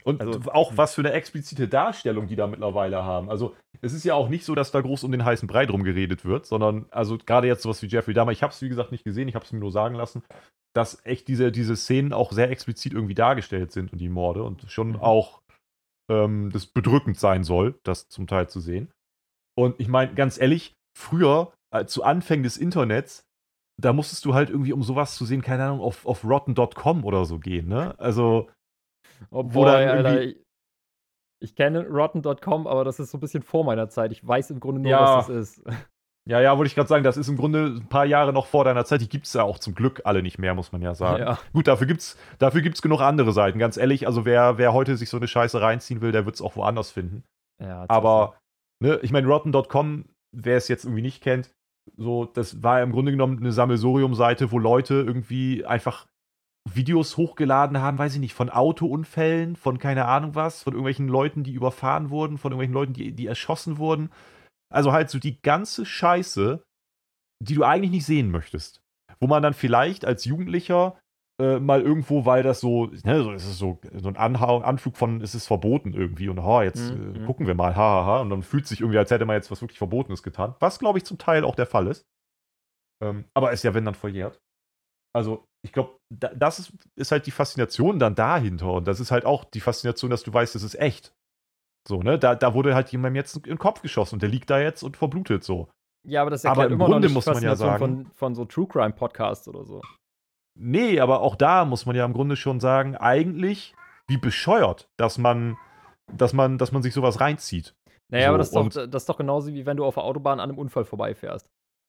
Und Also- auch was für eine explizite Darstellung die da mittlerweile haben. Also es ist ja auch nicht so, dass da groß um den heißen Brei drum geredet wird, sondern also gerade jetzt sowas wie Jeffrey Dahmer, ich habe es wie gesagt nicht gesehen, ich habe es mir nur sagen lassen, dass echt diese, diese Szenen auch sehr explizit irgendwie dargestellt sind und die Morde und schon Mhm. auch ähm, das bedrückend sein soll, das zum Teil zu sehen. Und ich meine, ganz ehrlich, früher, äh, zu Anfängen des Internets, da musstest du halt irgendwie, um sowas zu sehen, keine Ahnung, auf, auf rotten Punkt com oder so gehen, ne? Also, Oh wo boy, dann Alter. irgendwie- Ich, ich kenne rotten Punkt com, aber das ist so ein bisschen vor meiner Zeit. Ich weiß im Grunde nur, Ja. was das ist. Ja, ja, wollte ich gerade sagen, das ist im Grunde ein paar Jahre noch vor deiner Zeit. Die gibt es ja auch zum Glück alle nicht mehr, muss man ja sagen. Ja. Gut, dafür gibt's, dafür gibt's genug andere Seiten, ganz ehrlich. Also wer, wer heute sich so eine Scheiße reinziehen will, der wird es auch woanders finden. Ja, Aber, ne, ich meine, rotten Punkt com, wer es jetzt irgendwie nicht kennt, so, das war ja im Grunde genommen eine Sammelsurium-Seite, wo Leute irgendwie einfach Videos hochgeladen haben, weiß ich nicht, von Autounfällen, von keine Ahnung was, von irgendwelchen Leuten, die überfahren wurden, von irgendwelchen Leuten, die, die erschossen wurden. Also halt so die ganze Scheiße, die du eigentlich nicht sehen möchtest. Wo man dann vielleicht als Jugendlicher äh, mal irgendwo, weil das so, ne, so es ist so, so ein Anhau Anflug von, es ist verboten irgendwie und ha, jetzt Mhm. äh, gucken wir mal, hahaha, ha, ha, und dann fühlt es sich irgendwie, als hätte man jetzt was wirklich Verbotenes getan. Was, glaube ich, zum Teil auch der Fall ist. Ähm, aber ist ja, wenn dann verjährt. Also, ich glaube, da, das ist, ist halt die Faszination dann dahinter. Und das ist halt auch die Faszination, dass du weißt, es ist echt. So, ne? Da, da wurde halt jemandem jetzt in den Kopf geschossen und der liegt da jetzt und verblutet so. Ja, aber das Aber erklärt im immer Grunde noch nicht muss die man ja Faszination sagen- von, von so True Crime Podcasts oder so. Nee, aber auch da muss man ja im Grunde schon sagen, eigentlich, wie bescheuert, dass man, dass man, dass man sich sowas reinzieht. Naja, So, aber das ist, doch, und- das ist doch genauso, wie wenn du auf der Autobahn an einem Unfall vorbeifährst.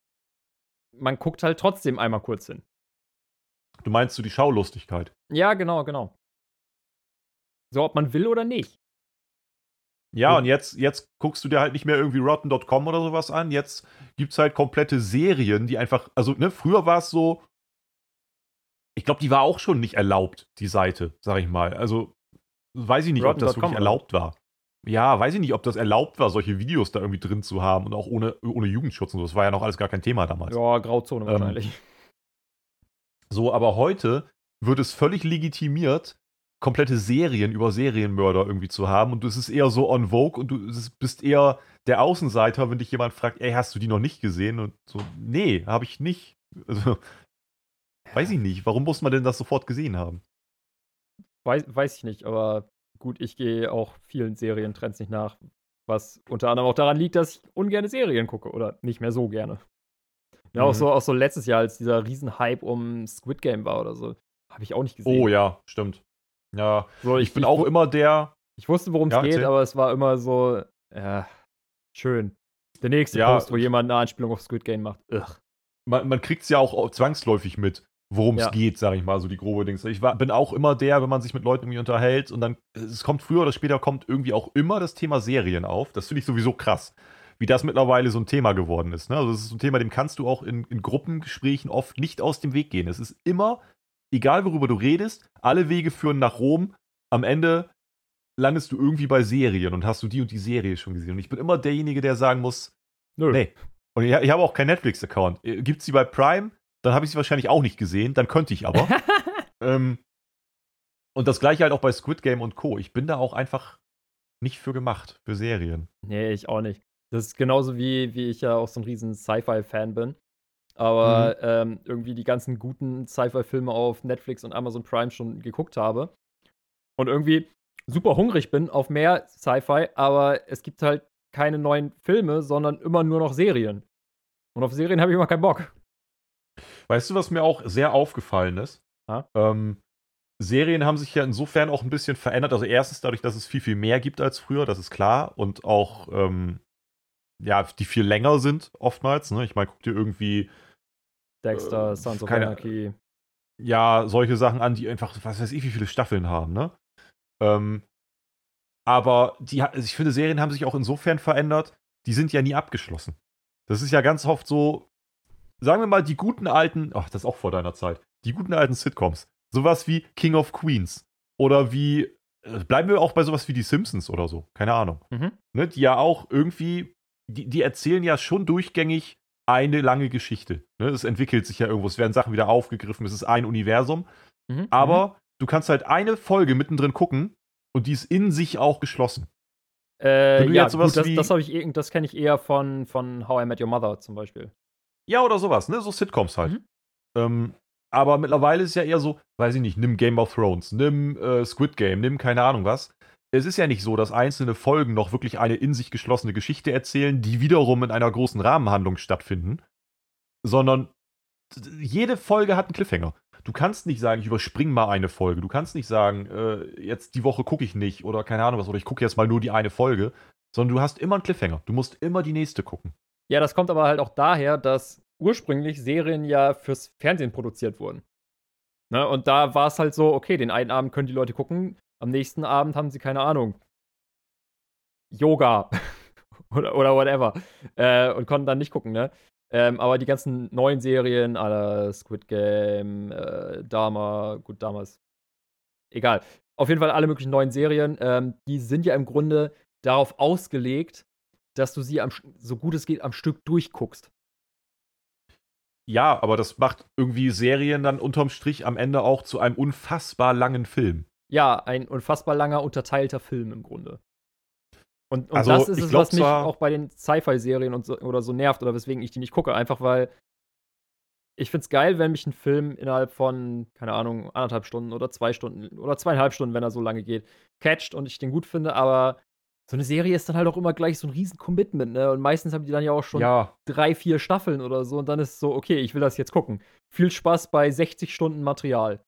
Man guckt halt trotzdem einmal kurz hin. Du meinst du die Schaulustigkeit? Ja, genau, genau. So, ob man will oder nicht. Ja, Ja. und jetzt, jetzt guckst du dir halt nicht mehr irgendwie rotten Punkt com oder sowas an. Jetzt gibt's halt komplette Serien, die einfach, also, ne, früher war es so, ich glaube, die war auch schon nicht erlaubt, die Seite, sag ich mal. Also, weiß ich nicht, ob rotten das Punkt com, wirklich oder? erlaubt war. Ja, weiß ich nicht, ob das erlaubt war, solche Videos da irgendwie drin zu haben und auch ohne, ohne Jugendschutz und so. Das war ja noch alles gar kein Thema damals. Ja, Grauzone Ähm, wahrscheinlich. So, aber heute wird es völlig legitimiert, komplette Serien über Serienmörder irgendwie zu haben. Und es ist eher so on vogue und du es bist eher der Außenseiter, wenn dich jemand fragt, ey, hast du die noch nicht gesehen? Und so, nee, habe ich nicht. Also, weiß ich nicht. Warum muss man denn das sofort gesehen haben? Weiß, weiß ich nicht, aber gut, ich gehe auch vielen Serientrends nicht nach. Was unter anderem auch daran liegt, dass ich ungerne Serien gucke oder nicht mehr so gerne. Ja, auch, Mhm. so, auch so letztes Jahr, als dieser Riesenhype um Squid Game war oder so, habe ich auch nicht gesehen. Oh ja, stimmt. Ja, So, ich, bin auch wu- immer der. Ich wusste, worum es Ja, geht, erzähl. aber es war immer so, ja, schön. Der nächste Ja, Post, wo jemand eine Anspielung auf Squid Game macht. Ugh. Man, man kriegt es ja auch zwangsläufig mit, worum es Ja. geht, sag ich mal, so die grobe Dings. Ich war, bin auch immer der, wenn man sich mit Leuten irgendwie unterhält und dann, es kommt früher oder später, kommt irgendwie auch immer das Thema Serien auf. Das finde ich sowieso krass, wie das mittlerweile so ein Thema geworden ist. Ne? Also es ist so ein Thema, dem kannst du auch in, in Gruppengesprächen oft nicht aus dem Weg gehen. Es ist immer, egal worüber du redest, alle Wege führen nach Rom. Am Ende landest du irgendwie bei Serien und hast du die und die Serie schon gesehen. Und ich bin immer derjenige, der sagen muss, Nö. nee. Und ich, ich habe auch keinen Netflix-Account. Gibt es sie bei Prime? Dann habe ich sie wahrscheinlich auch nicht gesehen. Dann könnte ich aber. ähm, und das gleiche halt auch bei Squid Game und Co. Ich bin da auch einfach nicht für gemacht, für Serien. Nee, ich auch nicht. Das ist genauso wie, wie ich ja auch so ein riesen Sci-Fi-Fan bin. Aber ähm, irgendwie die ganzen guten Sci-Fi-Filme auf Netflix und Amazon Prime schon geguckt habe. Und irgendwie super hungrig bin auf mehr Sci-Fi, aber es gibt halt keine neuen Filme, sondern immer nur noch Serien. Und auf Serien habe ich immer keinen Bock. Weißt du, was mir auch sehr aufgefallen ist? Ha? Ähm, Serien haben sich ja insofern auch ein bisschen verändert. Also erstens dadurch, dass es viel, viel mehr gibt als früher, das ist klar. Und auch, ähm, ja, die viel länger sind oftmals. Ne? Ich meine, guck dir irgendwie Dexter, Äh, Sons of keine- Anarchy. ja, solche Sachen an, die einfach, was weiß ich, wie viele Staffeln haben, ne? Ähm, aber die, also ich finde, Serien haben sich auch insofern verändert, die sind ja nie abgeschlossen. Das ist ja ganz oft so, sagen wir mal, die guten alten, ach, das ist auch vor deiner Zeit, die guten alten Sitcoms. Sowas wie King of Queens. Oder wie, äh, bleiben wir auch bei sowas wie die Simpsons oder so, keine Ahnung. Mhm. Ne, die ja auch irgendwie, die, die erzählen ja schon durchgängig eine lange Geschichte. Ne? Es entwickelt sich ja irgendwo, es werden Sachen wieder aufgegriffen, es ist ein Universum. Mhm. Aber du kannst halt eine Folge mittendrin gucken und die ist in sich auch geschlossen. Äh, Wenn du ja, jetzt sowas gut, das, wie- das, hab ich, eh- das kenne ich eher von, von How I Met Your Mother zum Beispiel. Ja, oder sowas, ne? So Sitcoms halt. Mhm. Ähm, aber mittlerweile ist es ja eher so, weiß ich nicht, nimm Game of Thrones, nimm äh, Squid Game, nimm keine Ahnung was. Es ist ja nicht so, dass einzelne Folgen noch wirklich eine in sich geschlossene Geschichte erzählen, die wiederum in einer großen Rahmenhandlung stattfinden, sondern jede Folge hat einen Cliffhanger. Du kannst nicht sagen, ich überspringe mal eine Folge. Du kannst nicht sagen, äh, jetzt die Woche gucke ich nicht oder keine Ahnung was, oder ich gucke jetzt mal nur die eine Folge, sondern du hast immer einen Cliffhanger. Du musst immer die nächste gucken. Ja, das kommt aber halt auch daher, dass ursprünglich Serien ja fürs Fernsehen produziert wurden. Ne? Und da war es halt so, okay, den einen Abend können die Leute gucken, am nächsten Abend haben sie, keine Ahnung, Yoga oder, oder whatever. Äh, und konnten dann nicht gucken, ne? Ähm, aber die ganzen neuen Serien, aller Squid Game, äh, Dama, gut, damals, egal. Auf jeden Fall alle möglichen neuen Serien, ähm, die sind ja im Grunde darauf ausgelegt, dass du sie am, so gut es geht am Stück durchguckst. Ja, aber das macht irgendwie Serien dann unterm Strich am Ende auch zu einem unfassbar langen Film. Ja, ein unfassbar langer, unterteilter Film im Grunde. Und, und Also, das ist ich es, glaub was mich zwar- auch bei den Sci-Fi-Serien und so, oder so nervt oder weswegen ich die nicht gucke. Einfach weil ich find's geil, wenn mich ein Film innerhalb von, keine Ahnung, anderthalb Stunden oder zwei Stunden oder zweieinhalb Stunden, wenn er so lange geht, catcht und ich den gut finde, aber so eine Serie ist dann halt auch immer gleich so ein riesen Commitment, ne? Und meistens haben die dann ja auch schon Ja, drei, vier Staffeln oder so und dann ist es so, okay, ich will das jetzt gucken. Viel Spaß bei sechzig Stunden Material.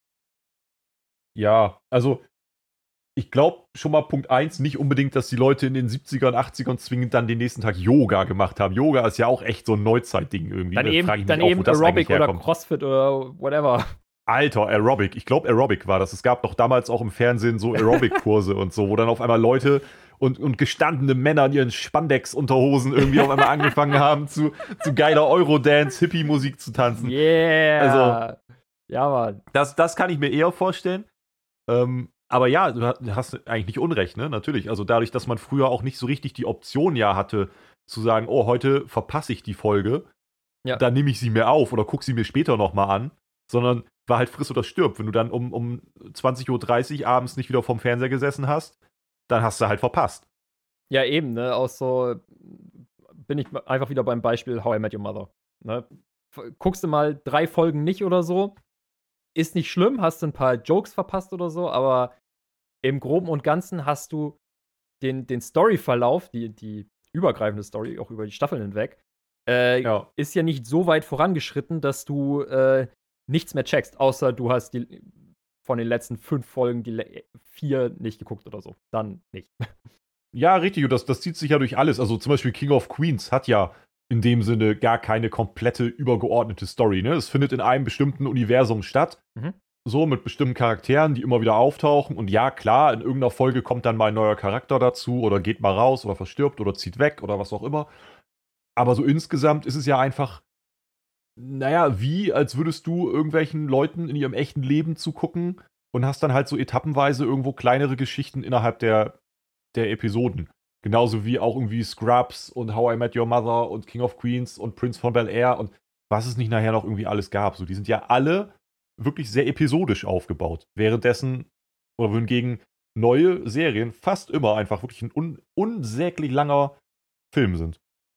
ja, also ich glaube schon mal Punkt eins, nicht unbedingt, dass die Leute in den siebzigern, achtzigern zwingend dann den nächsten Tag Yoga gemacht haben. Yoga ist ja auch echt so ein Neuzeitding irgendwie. Dann Da eben, frag ich mich dann auch, wo eben das Aerobic eigentlich oder herkommt. Crossfit oder whatever. Alter, Aerobic. Ich glaube, Aerobic war das. Es gab doch damals auch im Fernsehen so Aerobic-Kurse und so, wo dann auf einmal Leute und, und gestandene Männer in ihren Spandex-Unterhosen irgendwie auf einmal angefangen haben, zu, zu geiler Eurodance-Hippie-Musik zu tanzen. Yeah. Also- ja, Mann. Das, das kann ich mir eher vorstellen. Ähm, aber ja, du hast- du hast eigentlich nicht Unrecht, ne? Natürlich. Also dadurch, dass man früher auch nicht so richtig die Option ja hatte, zu sagen, oh, heute verpasse ich die Folge, Ja. dann nehme ich sie mir auf oder gucke sie mir später nochmal an, sondern war halt friss oder stirb. Wenn du dann um, um zwanzig Uhr dreißig abends nicht wieder vorm Fernseher gesessen hast, dann hast du halt verpasst. Ja, eben, ne? Auch so bin ich einfach wieder beim Beispiel How I Met Your Mother. Ne? F- Guckst du mal drei Folgen nicht oder so, ist nicht schlimm, hast du ein paar Jokes verpasst oder so, aber im Groben und Ganzen hast du den, den Storyverlauf, die, die übergreifende Story, auch über die Staffeln hinweg, äh, Ja. ist ja nicht so weit vorangeschritten, dass du äh, nichts mehr checkst, außer du hast die von den letzten fünf Folgen die le- vier nicht geguckt oder so. Dann nicht. Ja, richtig, und das, das zieht sich ja durch alles. Also zum Beispiel King of Queens hat ja in dem Sinne gar keine komplette übergeordnete Story. Ne? Es findet in einem bestimmten Universum statt. Mhm. So mit bestimmten Charakteren, die immer wieder auftauchen. Und ja, klar, in irgendeiner Folge kommt dann mal ein neuer Charakter dazu oder geht mal raus oder verstirbt oder zieht weg oder was auch immer. Aber so insgesamt ist es ja einfach, naja, wie, als würdest du irgendwelchen Leuten in ihrem echten Leben zugucken und hast dann halt so etappenweise irgendwo kleinere Geschichten innerhalb der, der Episoden. Genauso wie auch irgendwie Scrubs und How I Met Your Mother und King of Queens und Prince von Bel-Air und was es nicht nachher noch irgendwie alles gab. So, die sind ja alle wirklich sehr episodisch aufgebaut. Währenddessen, oder wohingegen neue Serien fast immer einfach wirklich ein un unsäglich langer Film sind.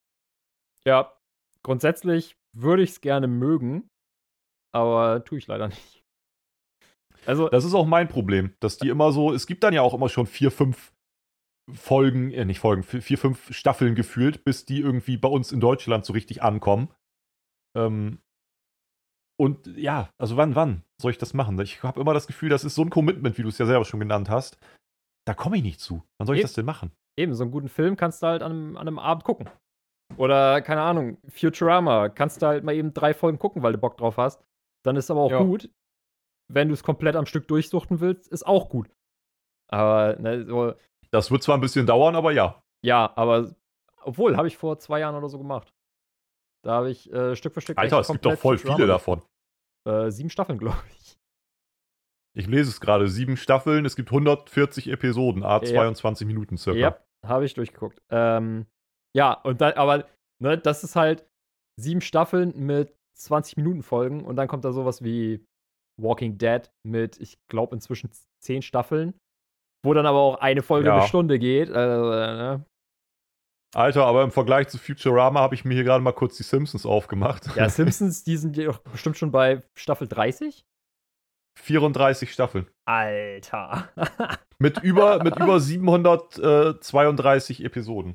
Ja, grundsätzlich würde ich es gerne mögen, aber tue ich leider nicht. Also, Das ist auch mein Problem, dass die immer so, es gibt dann ja auch immer schon vier, fünf Folgen, äh, nicht Folgen, vier, fünf Staffeln gefühlt, bis die irgendwie bei uns in Deutschland so richtig ankommen. Ähm, und ja, also wann, wann soll ich das machen? Ich habe immer das Gefühl, das ist so ein Commitment, wie du es ja selber schon genannt hast. Da komme ich nicht zu. Wann soll ich Eben. das denn machen? eben, so einen guten Film kannst du halt an einem, an einem Abend gucken. Oder, keine Ahnung, Futurama, kannst du halt mal eben drei Folgen gucken, weil du Bock drauf hast. Dann ist aber auch Ja. gut. Wenn du es komplett am Stück durchsuchten willst, ist auch gut. Aber, ne, so, Das wird zwar ein bisschen dauern, aber ja. ja, aber, obwohl, habe ich vor zwei Jahren oder so gemacht. Da habe ich äh, Stück für Stück Alter, echt es gibt doch komplett voll Futurama viele davon. Äh, sieben Staffeln, glaube ich. Ich lese es gerade, sieben Staffeln, es gibt hundertvierzig Episoden, a zweiundzwanzig Minuten circa. Ja, habe ich durchgeguckt. Ähm, ja, und dann, aber, ne, das ist halt sieben Staffeln mit zwanzig Minuten Folgen und dann kommt da sowas wie Walking Dead mit, ich glaube, inzwischen zehn Staffeln. wo dann aber auch eine Folge Ja. eine Stunde geht. Also, äh, ne? Alter, aber im Vergleich zu Futurama habe ich mir hier gerade mal kurz die Simpsons aufgemacht. Ja, Simpsons, die sind ja doch bestimmt schon bei Staffel dreißig. vierunddreißig Staffeln. Alter. Mit über, mit über siebenhundertzweiunddreißig Episoden.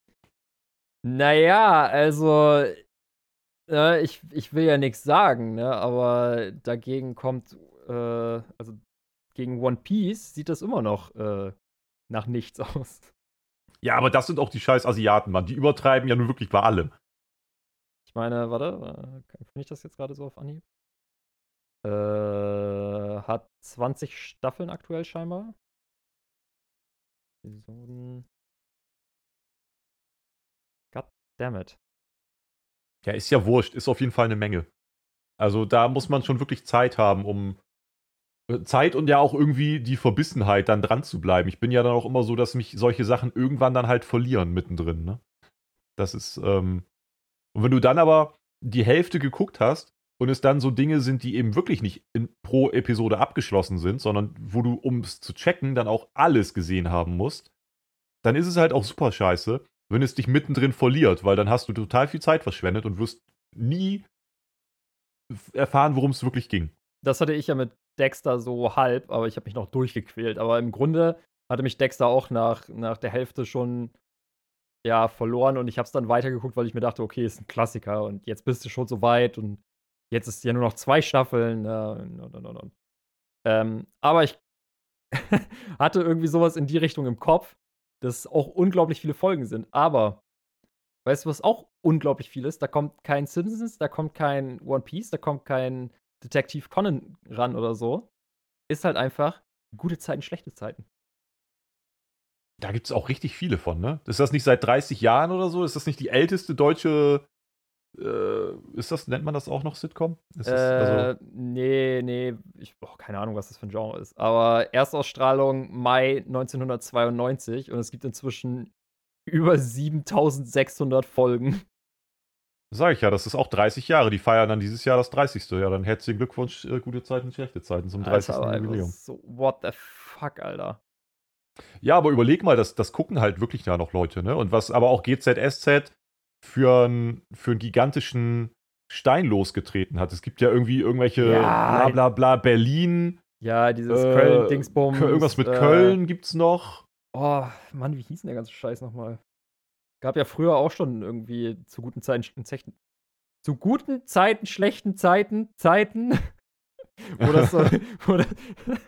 Naja, also, äh, ich, ich will ja nichts sagen, ne? Aber dagegen kommt, äh, also gegen One Piece sieht das immer noch äh, nach nichts aus. Ja, aber das sind auch die scheiß Asiaten, Mann. Die übertreiben ja nun wirklich bei allem. Ich meine, warte, äh, finde ich das jetzt gerade so auf Anhieb? Äh, hat zwanzig Staffeln aktuell scheinbar. Episoden. God damn it. Ja, ist ja wurscht. Ist auf jeden Fall eine Menge. Also da muss man schon wirklich Zeit haben, um äh, Zeit und ja auch irgendwie die Verbissenheit, dann dran zu bleiben. Ich bin ja dann auch immer so, dass mich solche Sachen irgendwann dann halt verlieren mittendrin, ne? Das ist, ähm. Und wenn du dann aber die Hälfte geguckt hast und es dann so Dinge sind, die eben wirklich nicht in, pro Episode abgeschlossen sind, sondern wo du, um es zu checken, dann auch alles gesehen haben musst, dann ist es halt auch super scheiße, wenn es dich mittendrin verliert, weil dann hast du total viel Zeit verschwendet und wirst nie f- erfahren, worum es wirklich ging. Das hatte ich ja mit Dexter so halb, aber ich habe mich noch durchgequält. Aber im Grunde hatte mich Dexter auch nach, nach der Hälfte schon ja, verloren und ich habe es dann weitergeguckt, weil ich mir dachte, okay, ist ein Klassiker und jetzt bist du schon so weit und jetzt ist ja nur noch zwei Staffeln. Äh, und, und, und, und. Ähm, aber ich hatte irgendwie sowas in die Richtung im Kopf, dass auch unglaublich viele Folgen sind. Aber weißt du, was auch unglaublich viel ist? Da kommt kein Simpsons, da kommt kein One Piece, da kommt kein Detektiv Conan ran oder so. Ist halt einfach gute Zeiten, schlechte Zeiten. Da gibt es auch richtig viele von, ne? Ist das nicht seit dreißig Jahren oder so? Ist das nicht die älteste deutsche, äh, ist das, nennt man das auch noch Sitcom? Ist das, Äh, also, nee, nee, ich oh, keine Ahnung, was das für ein Genre ist. Aber Erstausstrahlung Mai neunzehnhundertzweiundneunzig und es gibt inzwischen über siebentausendsechshundert Folgen. sag ich ja, das ist auch dreißig Jahre. Die feiern dann dieses Jahr das dreißigste. Ja, dann herzlichen Glückwunsch, äh, gute Zeiten, schlechte Zeiten zum dreißigsten Alter, aber Jubiläum. so, what the fuck, Alter. Ja, aber überleg mal, das, das gucken halt wirklich da noch Leute, ne? Und was aber auch G Z S Z für, ein, für einen gigantischen Stein losgetreten hat. Es gibt ja irgendwie irgendwelche Ja. bla bla bla Berlin. Ja, dieses äh, Köln-Dingsbums. Kö- Irgendwas mit äh, Köln gibt's noch. Oh, Mann, wie hieß denn der ganze Scheiß nochmal? Gab ja früher auch schon irgendwie zu guten Zeiten, schlechten Zeiten. Zu guten Zeiten, schlechten Zeiten, Zeiten. wo das so, wo das,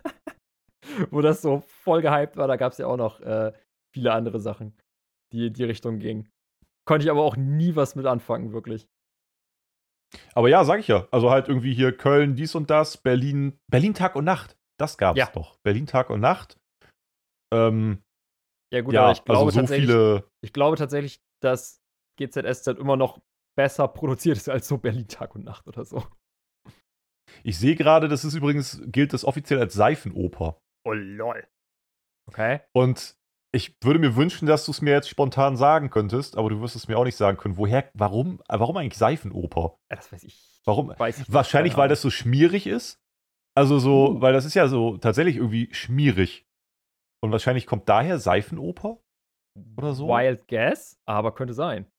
wo das so voll gehypt war, da gab es ja auch noch äh, viele andere Sachen, die in die Richtung gingen. Konnte ich aber auch nie was mit anfangen, wirklich. Aber ja, sag ich ja. Also halt irgendwie hier Köln dies und das, Berlin, Berlin Tag und Nacht. Das gab's Ja. doch. Berlin Tag und Nacht. Ähm, Ja, gut, ja, aber ich glaube also so tatsächlich, viele. ich glaube tatsächlich, dass G Z S Z immer noch besser produziert ist als so Berlin Tag und Nacht oder so. Ich sehe gerade, das ist übrigens, gilt das offiziell als Seifenoper. Oh lol. Okay. Und ich würde mir wünschen, dass du es mir jetzt spontan sagen könntest, aber du wirst es mir auch nicht sagen können. Woher, warum, äh, warum eigentlich Seifenoper? Ja, das weiß ich. Warum? Weiß ich Wahrscheinlich, keine weil das so schmierig ist. Also so, Uh. weil das ist ja so tatsächlich irgendwie schmierig. Und wahrscheinlich kommt daher Seifenoper oder so. Wild Guess, aber könnte sein.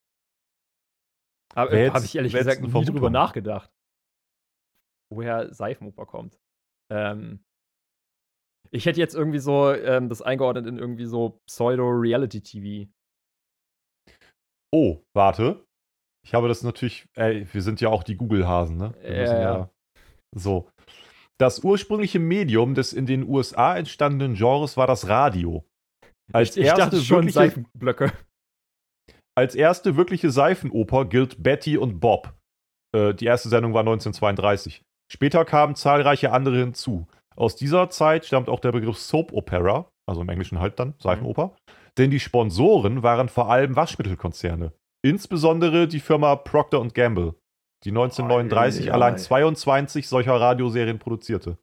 Aber Wär äh, jetzt- habe ich ehrlich wär jetzt gesagt eine nie Vermutung. drüber nachgedacht, woher Seifenoper kommt. Ähm, ich hätte jetzt irgendwie so ähm, das eingeordnet in irgendwie so Pseudo-Reality-T V. Oh, warte. Ich habe das natürlich, ey, wir sind ja auch die Google-Hasen, ne? Wir Ja, müssen ja, ja. so. Das ursprüngliche Medium des in den U S A entstandenen Genres war das Radio. Als ich, ich erste dachte schon wirkliche- Seifenblöcke. Als erste wirkliche Seifenoper gilt Betty und Bob. Äh, die erste Sendung war neunzehnhundertzweiunddreißig. Später kamen zahlreiche andere hinzu. Aus dieser Zeit stammt auch der Begriff Soap Opera, also im Englischen halt dann Seifenoper, denn die Sponsoren waren vor allem Waschmittelkonzerne. Insbesondere die Firma Procter und Gamble, die neunzehnhundertneununddreißig Oi, oi. allein zweiundzwanzig solcher Radioserien produzierte.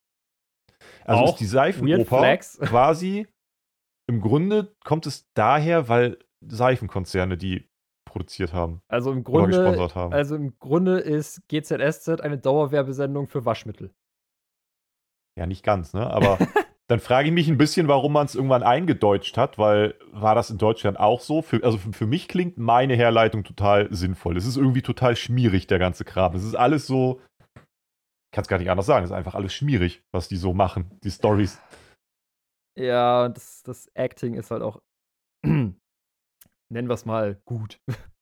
Also Auch ist die Weird Seifenoper Flags. quasi, im Grunde kommt es daher, weil Seifenkonzerne die produziert haben Also im oder Grunde, gesponsert haben. also im Grunde ist G Z S Z eine Dauerwerbesendung für Waschmittel. Ja, nicht ganz, ne? Aber Dann frage ich mich ein bisschen, warum man es irgendwann eingedeutscht hat, weil war das in Deutschland auch so? Für, also für, für mich klingt meine Herleitung total sinnvoll. Es ist irgendwie total schmierig, der ganze Kram. Es ist alles so, ich kann es gar nicht anders sagen, es ist einfach alles schmierig, was die so machen, die Stories. Ja, das, das Acting ist halt auch, nennen wir es mal, gut.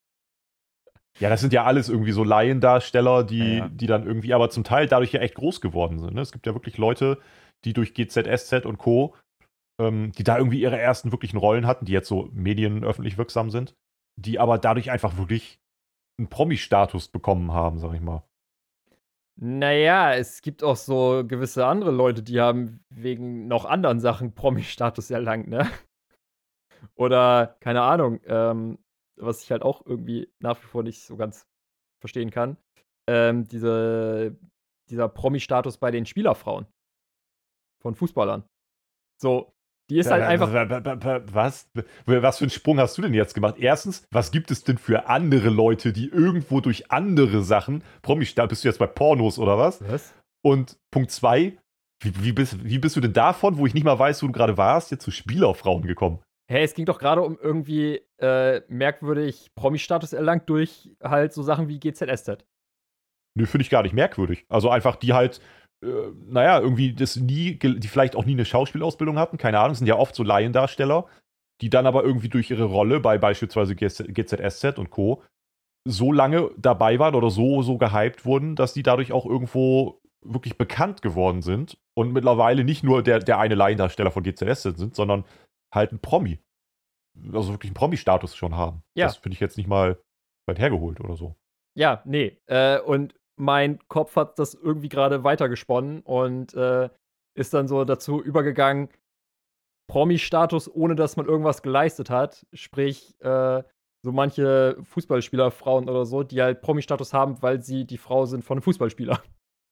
Ja, das sind ja alles irgendwie so Laiendarsteller, die, Ja, ja. die dann irgendwie aber zum Teil dadurch ja echt groß geworden sind. Ne? Es gibt ja wirklich Leute, die durch G Z S Z und Co., ähm, die da irgendwie ihre ersten wirklichen Rollen hatten, die jetzt so medienöffentlich wirksam sind, die aber dadurch einfach wirklich einen Promi-Status bekommen haben, sag ich mal. Naja, es gibt auch so gewisse andere Leute, die haben wegen noch anderen Sachen Promi-Status erlangt, ne? Oder, keine Ahnung, ähm, was ich halt auch irgendwie nach wie vor nicht so ganz verstehen kann, ähm, diese, dieser Promi-Status bei den Spielerfrauen von Fußballern. So, die ist halt einfach. Was? Was für einen Sprung hast du denn jetzt gemacht? Erstens, was gibt es denn für andere Leute, die irgendwo durch andere Sachen, Promi-Status, bist du jetzt bei Pornos oder was? Was? Und Punkt zwei, wie, wie, bist, wie bist du denn davon, wo ich nicht mal weiß, wo du gerade warst, jetzt zu Spielerfrauen gekommen? Hä, es ging doch gerade um irgendwie äh, merkwürdig Promi-Status erlangt durch halt so Sachen wie G Z S Z. Nö, finde ich gar nicht merkwürdig. Also einfach, die halt, äh, naja, irgendwie das nie, die vielleicht auch nie eine Schauspielausbildung hatten, keine Ahnung, sind ja oft so Laiendarsteller, die dann aber irgendwie durch ihre Rolle bei beispielsweise G Z S Z und Co. so lange dabei waren oder so, so gehypt wurden, dass die dadurch auch irgendwo wirklich bekannt geworden sind und mittlerweile nicht nur der, der eine Laiendarsteller von G Z S Z sind, sondern halt ein Promi. Also wirklich einen Promi-Status schon haben. Ja. Das finde ich jetzt nicht mal weit hergeholt oder so. Ja, nee. Äh, und mein Kopf hat das irgendwie gerade weitergesponnen und äh, ist dann so dazu übergegangen, Promi-Status, ohne dass man irgendwas geleistet hat. Sprich, äh, so manche Fußballspielerfrauen oder so, die halt Promi-Status haben, weil sie die Frau sind von einem Fußballspieler.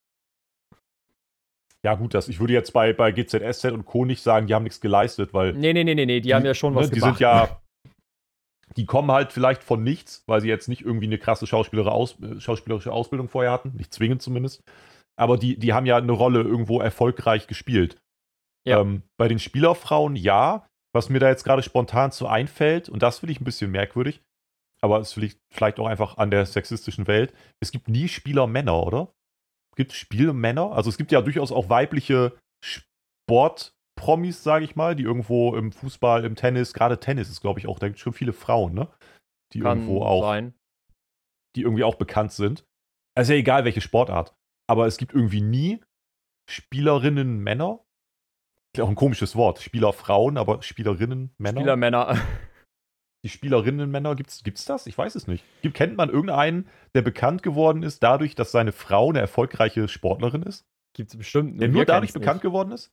Ja, gut, das, ich würde jetzt bei, bei G Z S Z und Co. nicht sagen, die haben nichts geleistet, weil. Nee, nee, nee, nee, nee, die, die haben ja schon ne, was die gemacht. Die sind ja. Die kommen halt vielleicht von nichts, weil sie jetzt nicht irgendwie eine krasse Schauspielerische, Aus, schauspielerische Ausbildung vorher hatten, nicht zwingend zumindest. Aber die, die haben ja eine Rolle irgendwo erfolgreich gespielt. Ja. Ähm, bei den Spielerfrauen ja. Was mir da jetzt gerade spontan so einfällt, und das finde ich ein bisschen merkwürdig, aber es liegt vielleicht auch einfach an der sexistischen Welt, es gibt nie Spielermänner, oder? Gibt es Spielmänner? Also es gibt ja durchaus auch weibliche Sportpromis, sage ich mal, die irgendwo im Fußball, im Tennis, gerade Tennis ist, glaube ich, auch, da gibt es schon viele Frauen, ne? Die Kann irgendwo auch, sein. die irgendwie auch bekannt sind. Also ja egal, welche Sportart. Aber es gibt irgendwie nie Spielerinnen Männer. Auch ein komisches Wort. Spielerfrauen, aber Spielerinnen Männer. Spielermänner. Die Spielerinnen Männer, gibt's, gibt's das? Ich weiß es nicht. Gibt, kennt man irgendeinen, der bekannt geworden ist, dadurch, dass seine Frau eine erfolgreiche Sportlerin ist? Gibt's bestimmt. Der nur dadurch bekannt geworden ist?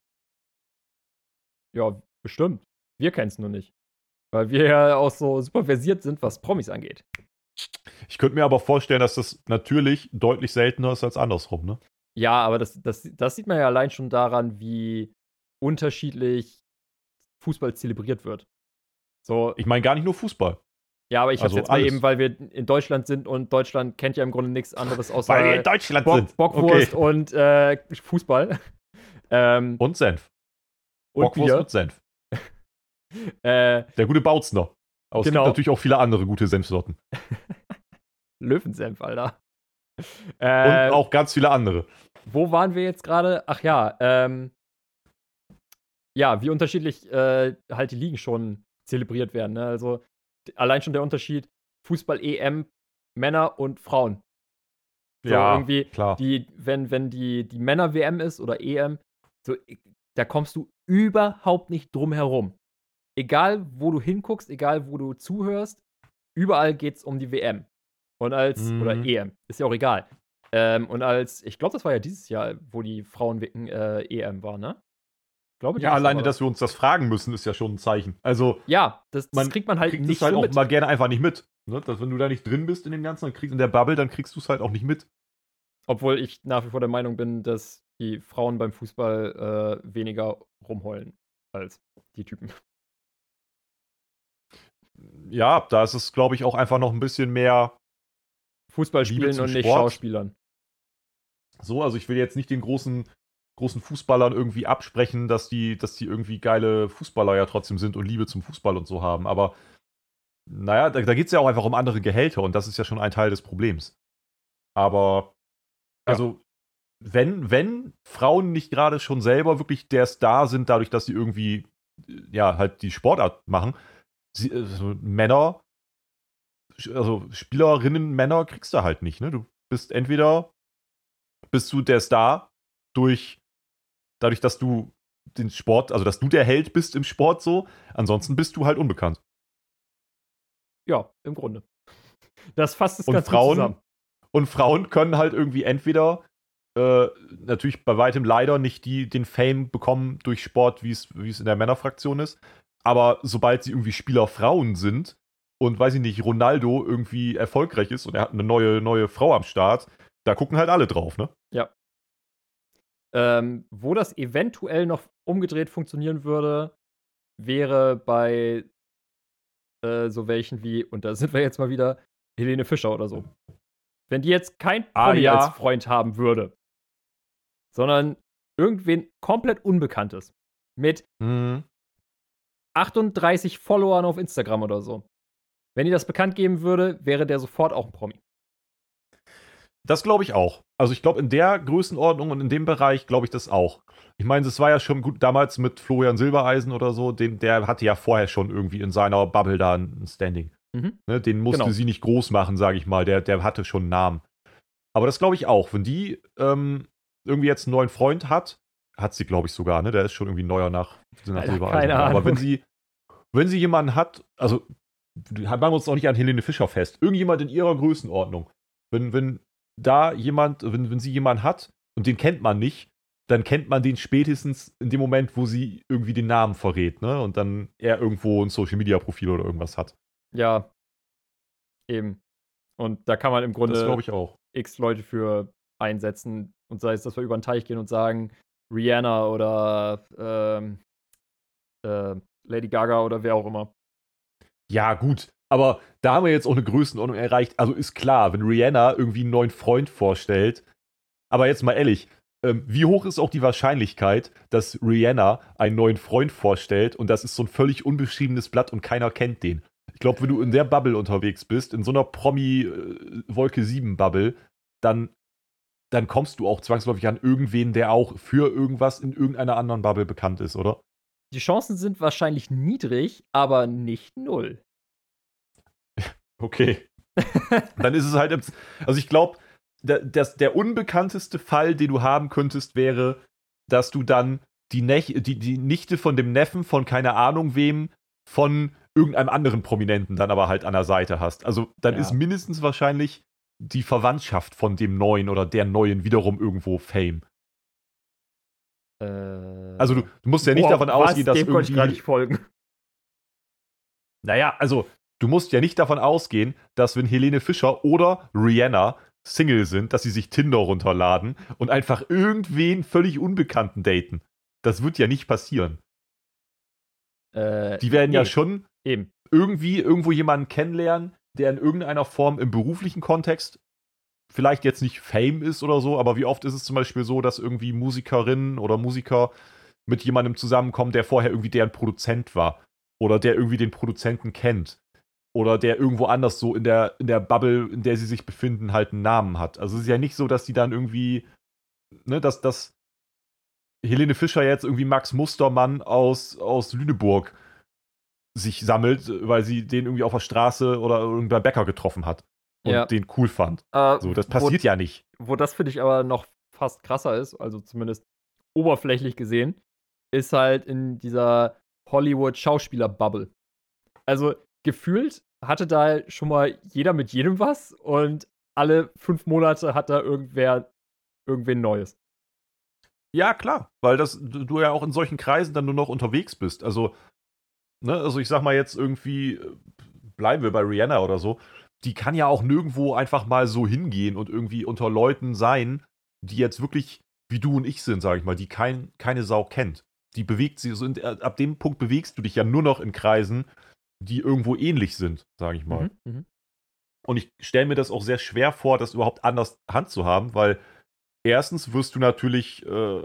Ja, bestimmt. Wir kennen es nur nicht. Weil wir ja auch so super versiert sind, was Promis angeht. Ich könnte mir aber vorstellen, dass das natürlich deutlich seltener ist als andersrum, ne? Ja, aber das, das, das sieht man ja allein schon daran, wie unterschiedlich Fußball zelebriert wird. So, ich meine gar nicht nur Fußball. Ja, aber ich also hab's jetzt mal eben, weil wir in Deutschland sind und Deutschland kennt ja im Grunde nichts anderes außer weil wir in Deutschland Bock, sind. Bockwurst Okay. und äh, Fußball. ähm, und Senf. und Bockwurst Bier. mit Senf. äh, Der gute Bautzner. Aber es genau. gibt natürlich auch viele andere gute Senfsorten. Löwensenf, Alter. Äh, und auch ganz viele andere. Wo waren wir jetzt gerade? Ach ja, ähm, ja, wie unterschiedlich äh, halt die Ligen schon zelebriert werden. Ne? Also allein schon der Unterschied Fußball-E M, Männer und Frauen. So ja, irgendwie, klar. Die, wenn, wenn die, die Männer-W M ist oder E M, so, da kommst du überhaupt nicht drum herum. Egal, wo du hinguckst, egal, wo du zuhörst, überall geht's um die W M. Und als, Mhm. oder E M, ist ja auch egal. Ähm, und als, ich glaube, das war ja dieses Jahr, wo die Frauenwicken äh, E M war, ne? Glaube, Ja, alleine, dass wir uns das fragen müssen, ist ja schon ein Zeichen. Also, ja, das, das man kriegt man halt kriegt nicht es halt so auch mit. mal gerne einfach nicht mit. Ne? Dass, wenn du da nicht drin bist in dem Ganzen, dann kriegst, in der Bubble, dann kriegst du es halt auch nicht mit. Obwohl ich nach wie vor der Meinung bin, dass die Frauen beim Fußball äh, weniger rumheulen als die Typen. Ja, da ist es, glaube ich, auch einfach noch ein bisschen mehr Fußball Liebe spielen zum und nicht Sport. Schauspielern. So, also ich will jetzt nicht den großen großen Fußballern irgendwie absprechen, dass die, dass die irgendwie geile Fußballer ja trotzdem sind und Liebe zum Fußball und so haben. Aber naja, da, da geht es ja auch einfach um andere Gehälter und das ist ja schon ein Teil des Problems. Aber, Ja. also, wenn, wenn Frauen nicht gerade schon selber wirklich der Star sind, dadurch, dass sie irgendwie, äh, ja, halt die Sportart machen, sie, also Männer, also Spielerinnen, Männer kriegst du halt nicht, ne? Du bist entweder, bist du der Star durch, dadurch, dass du den Sport, also dass du der Held bist im Sport so, ansonsten bist du halt unbekannt. Ja, im Grunde. Das fasst es Und ganz gut Frauen, zusammen. und Frauen können halt irgendwie entweder äh, natürlich bei weitem leider nicht die, den Fame bekommen durch Sport, wie es wie es in der Männerfraktion ist. Aber sobald sie irgendwie Spielerfrauen sind und, weiß ich nicht, Ronaldo irgendwie erfolgreich ist und er hat eine neue, neue Frau am Start, da gucken halt alle drauf, ne? Ja. Ähm, wo das eventuell noch umgedreht funktionieren würde, wäre bei äh, so welchen wie, und da sind wir jetzt mal wieder, Helene Fischer oder so. Wenn die jetzt kein Ah, Promi ja. als Freund haben würde, sondern irgendwen komplett Unbekanntes mit Mhm. achtunddreißig Followern auf Instagram oder so. Wenn die das bekannt geben würde, wäre der sofort auch ein Promi. Das glaube ich auch. Also ich glaube, in der Größenordnung und in dem Bereich glaube ich das auch. Ich meine, das war ja schon gut damals mit Florian Silbereisen oder so, den, der hatte ja vorher schon irgendwie in seiner Bubble da ein Standing. Mhm. Ne, den musste Genau. sie nicht groß machen, sage ich mal. Der, der hatte schon einen Namen. Aber das glaube ich auch. Wenn die ähm, irgendwie jetzt einen neuen Freund hat, hat sie, glaube ich, sogar, ne? Der ist schon irgendwie neuer nach, nach Alter, Silbereisen. keine Aber Ahnung. wenn sie, wenn sie jemanden hat, also machen wir uns auch nicht an Helene Fischer fest. Irgendjemand in ihrer Größenordnung. Wenn, wenn da jemand, wenn, wenn sie jemanden hat und den kennt man nicht, dann kennt man den spätestens in dem Moment, wo sie irgendwie den Namen verrät, ne? Und dann er irgendwo ein Social-Media-Profil oder irgendwas hat. Ja, eben. Und da kann man im Das Grunde glaube ich auch. x Leute für einsetzen. Und sei es, dass wir über den Teich gehen und sagen, Rihanna oder ähm, äh, Lady Gaga oder wer auch immer. Ja, gut. Aber da haben wir jetzt auch eine Größenordnung erreicht. Also ist klar, wenn Rihanna irgendwie einen neuen Freund vorstellt. Aber jetzt mal ehrlich, ähm, wie hoch ist auch die Wahrscheinlichkeit, dass Rihanna einen neuen Freund vorstellt und das ist so ein völlig unbeschriebenes Blatt und keiner kennt den? Ich glaube, wenn du in der Bubble unterwegs bist, in so einer Promi-Wolke sieben Bubble, dann, dann kommst du auch zwangsläufig an irgendwen, der auch für irgendwas in irgendeiner anderen Bubble bekannt ist, oder? Die Chancen sind wahrscheinlich niedrig, aber nicht null. Okay. Dann ist es halt, also ich glaube, der, das, der unbekannteste Fall, den du haben könntest, wäre, dass du dann die, Nech, die, die Nichte von dem Neffen von keine Ahnung wem, von irgendeinem anderen Prominenten dann aber halt an der Seite hast. Also dann Ja. ist mindestens wahrscheinlich die Verwandtschaft von dem Neuen oder der Neuen wiederum irgendwo Fame. Äh, Also du, du musst ja nicht boah, davon was? ausgehen, dass Dem konnte ich irgendwie... gar nicht folgen. Naja, also du musst ja nicht davon ausgehen, dass wenn Helene Fischer oder Rihanna Single sind, dass sie sich Tinder runterladen und einfach irgendwen völlig Unbekannten daten. Das wird ja nicht passieren. Äh, Die werden ja nee, schon eben. irgendwie irgendwo jemanden kennenlernen, der in irgendeiner Form im beruflichen Kontext vielleicht jetzt nicht Fame ist oder so, aber wie oft ist es zum Beispiel so, dass irgendwie Musikerinnen oder Musiker mit jemandem zusammenkommen, der vorher irgendwie deren Produzent war oder der irgendwie den Produzenten kennt oder der irgendwo anders so in der, in der Bubble, in der sie sich befinden, halt einen Namen hat. Also es ist ja nicht so, dass die dann irgendwie, ne, dass, dass Helene Fischer jetzt irgendwie Max Mustermann aus, aus Lüneburg sich sammelt, weil sie den irgendwie auf der Straße oder irgendein Bäcker getroffen hat und Ja. den cool fand. Äh, So, das wo- passiert ja nicht. Wo das, finde ich, aber noch fast krasser ist, also zumindest oberflächlich gesehen, ist halt in dieser Hollywood-Schauspieler-Bubble. Also gefühlt hatte da schon mal jeder mit jedem was und alle fünf Monate hat da irgendwer irgendwen Neues. Ja, klar, weil das, du du ja auch in solchen Kreisen dann nur noch unterwegs bist. Also, ne, also ich sag mal jetzt irgendwie, äh, bleiben wir bei Rihanna oder so, die kann ja auch nirgendwo einfach mal so hingehen und irgendwie unter Leuten sein, die jetzt wirklich wie du und ich sind, sag ich mal, die kein, keine Sau kennt. Die bewegt sich, so in, ab dem Punkt bewegst du dich ja nur noch in Kreisen, die irgendwo ähnlich sind, sag ich mal. Mhm, mhm. Und ich stelle mir das auch sehr schwer vor, das überhaupt anders Hand zu haben, weil erstens wirst du natürlich, äh,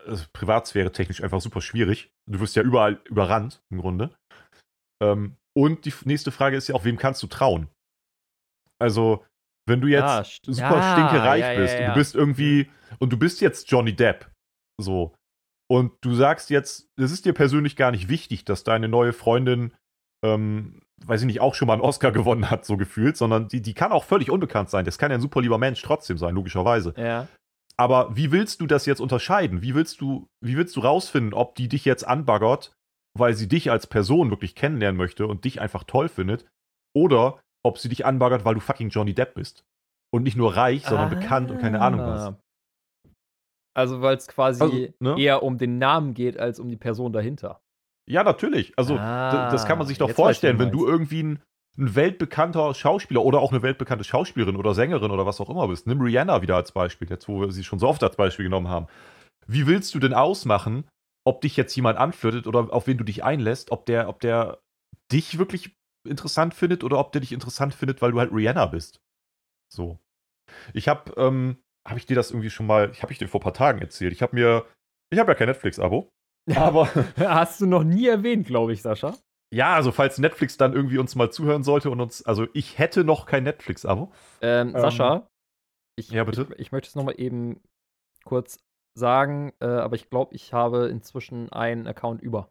also Privatsphäre technisch einfach super schwierig. Du wirst ja überall überrannt, im Grunde. Ähm, und die nächste Frage ist ja auch, wem kannst du trauen? Also, wenn du jetzt Ah, super ja, stinkereich ja, ja, bist und du ja. bist irgendwie, und du bist jetzt Johnny Depp, so, und du sagst jetzt, es ist dir persönlich gar nicht wichtig, dass deine neue Freundin, ähm, weiß ich nicht, auch schon mal einen Oscar gewonnen hat, so gefühlt, sondern die, die kann auch völlig unbekannt sein. Das kann ja ein super lieber Mensch trotzdem sein, logischerweise. Ja. Aber wie willst du das jetzt unterscheiden? Wie willst du, wie willst du rausfinden, ob die dich jetzt anbaggert, weil sie dich als Person wirklich kennenlernen möchte und dich einfach toll findet, oder ob sie dich anbaggert, weil du fucking Johnny Depp bist? Und nicht nur reich, sondern ah. bekannt und keine Ahnung was. Also, weil es quasi Also, ne? eher um den Namen geht, als um die Person dahinter. Ja, natürlich. Also, ah, d- das kann man sich doch jetzt weiß ich, vorstellen, wie wenn du meinst. irgendwie ein, ein weltbekannter Schauspieler oder auch eine weltbekannte Schauspielerin oder Sängerin oder was auch immer bist. Nimm Rihanna wieder als Beispiel, jetzt wo wir sie schon so oft als Beispiel genommen haben. Wie willst du denn ausmachen, ob dich jetzt jemand anflirtet oder auf wen du dich einlässt, ob der, ob der dich wirklich interessant findet oder ob der dich interessant findet, weil du halt Rihanna bist? So. Ich habe, ähm, habe ich dir das irgendwie schon mal, ich habe ich dir vor ein paar Tagen erzählt. Ich habe mir, ich habe ja kein Netflix-Abo, aber Hast du noch nie erwähnt, glaube ich, Sascha. ja, also falls Netflix dann irgendwie uns mal zuhören sollte und uns, also ich hätte noch kein Netflix-Abo. Ähm, Ähm, Sascha, ich, ja, bitte? ich, ich möchte es nochmal eben kurz sagen, äh, aber ich glaube, ich habe inzwischen einen Account über.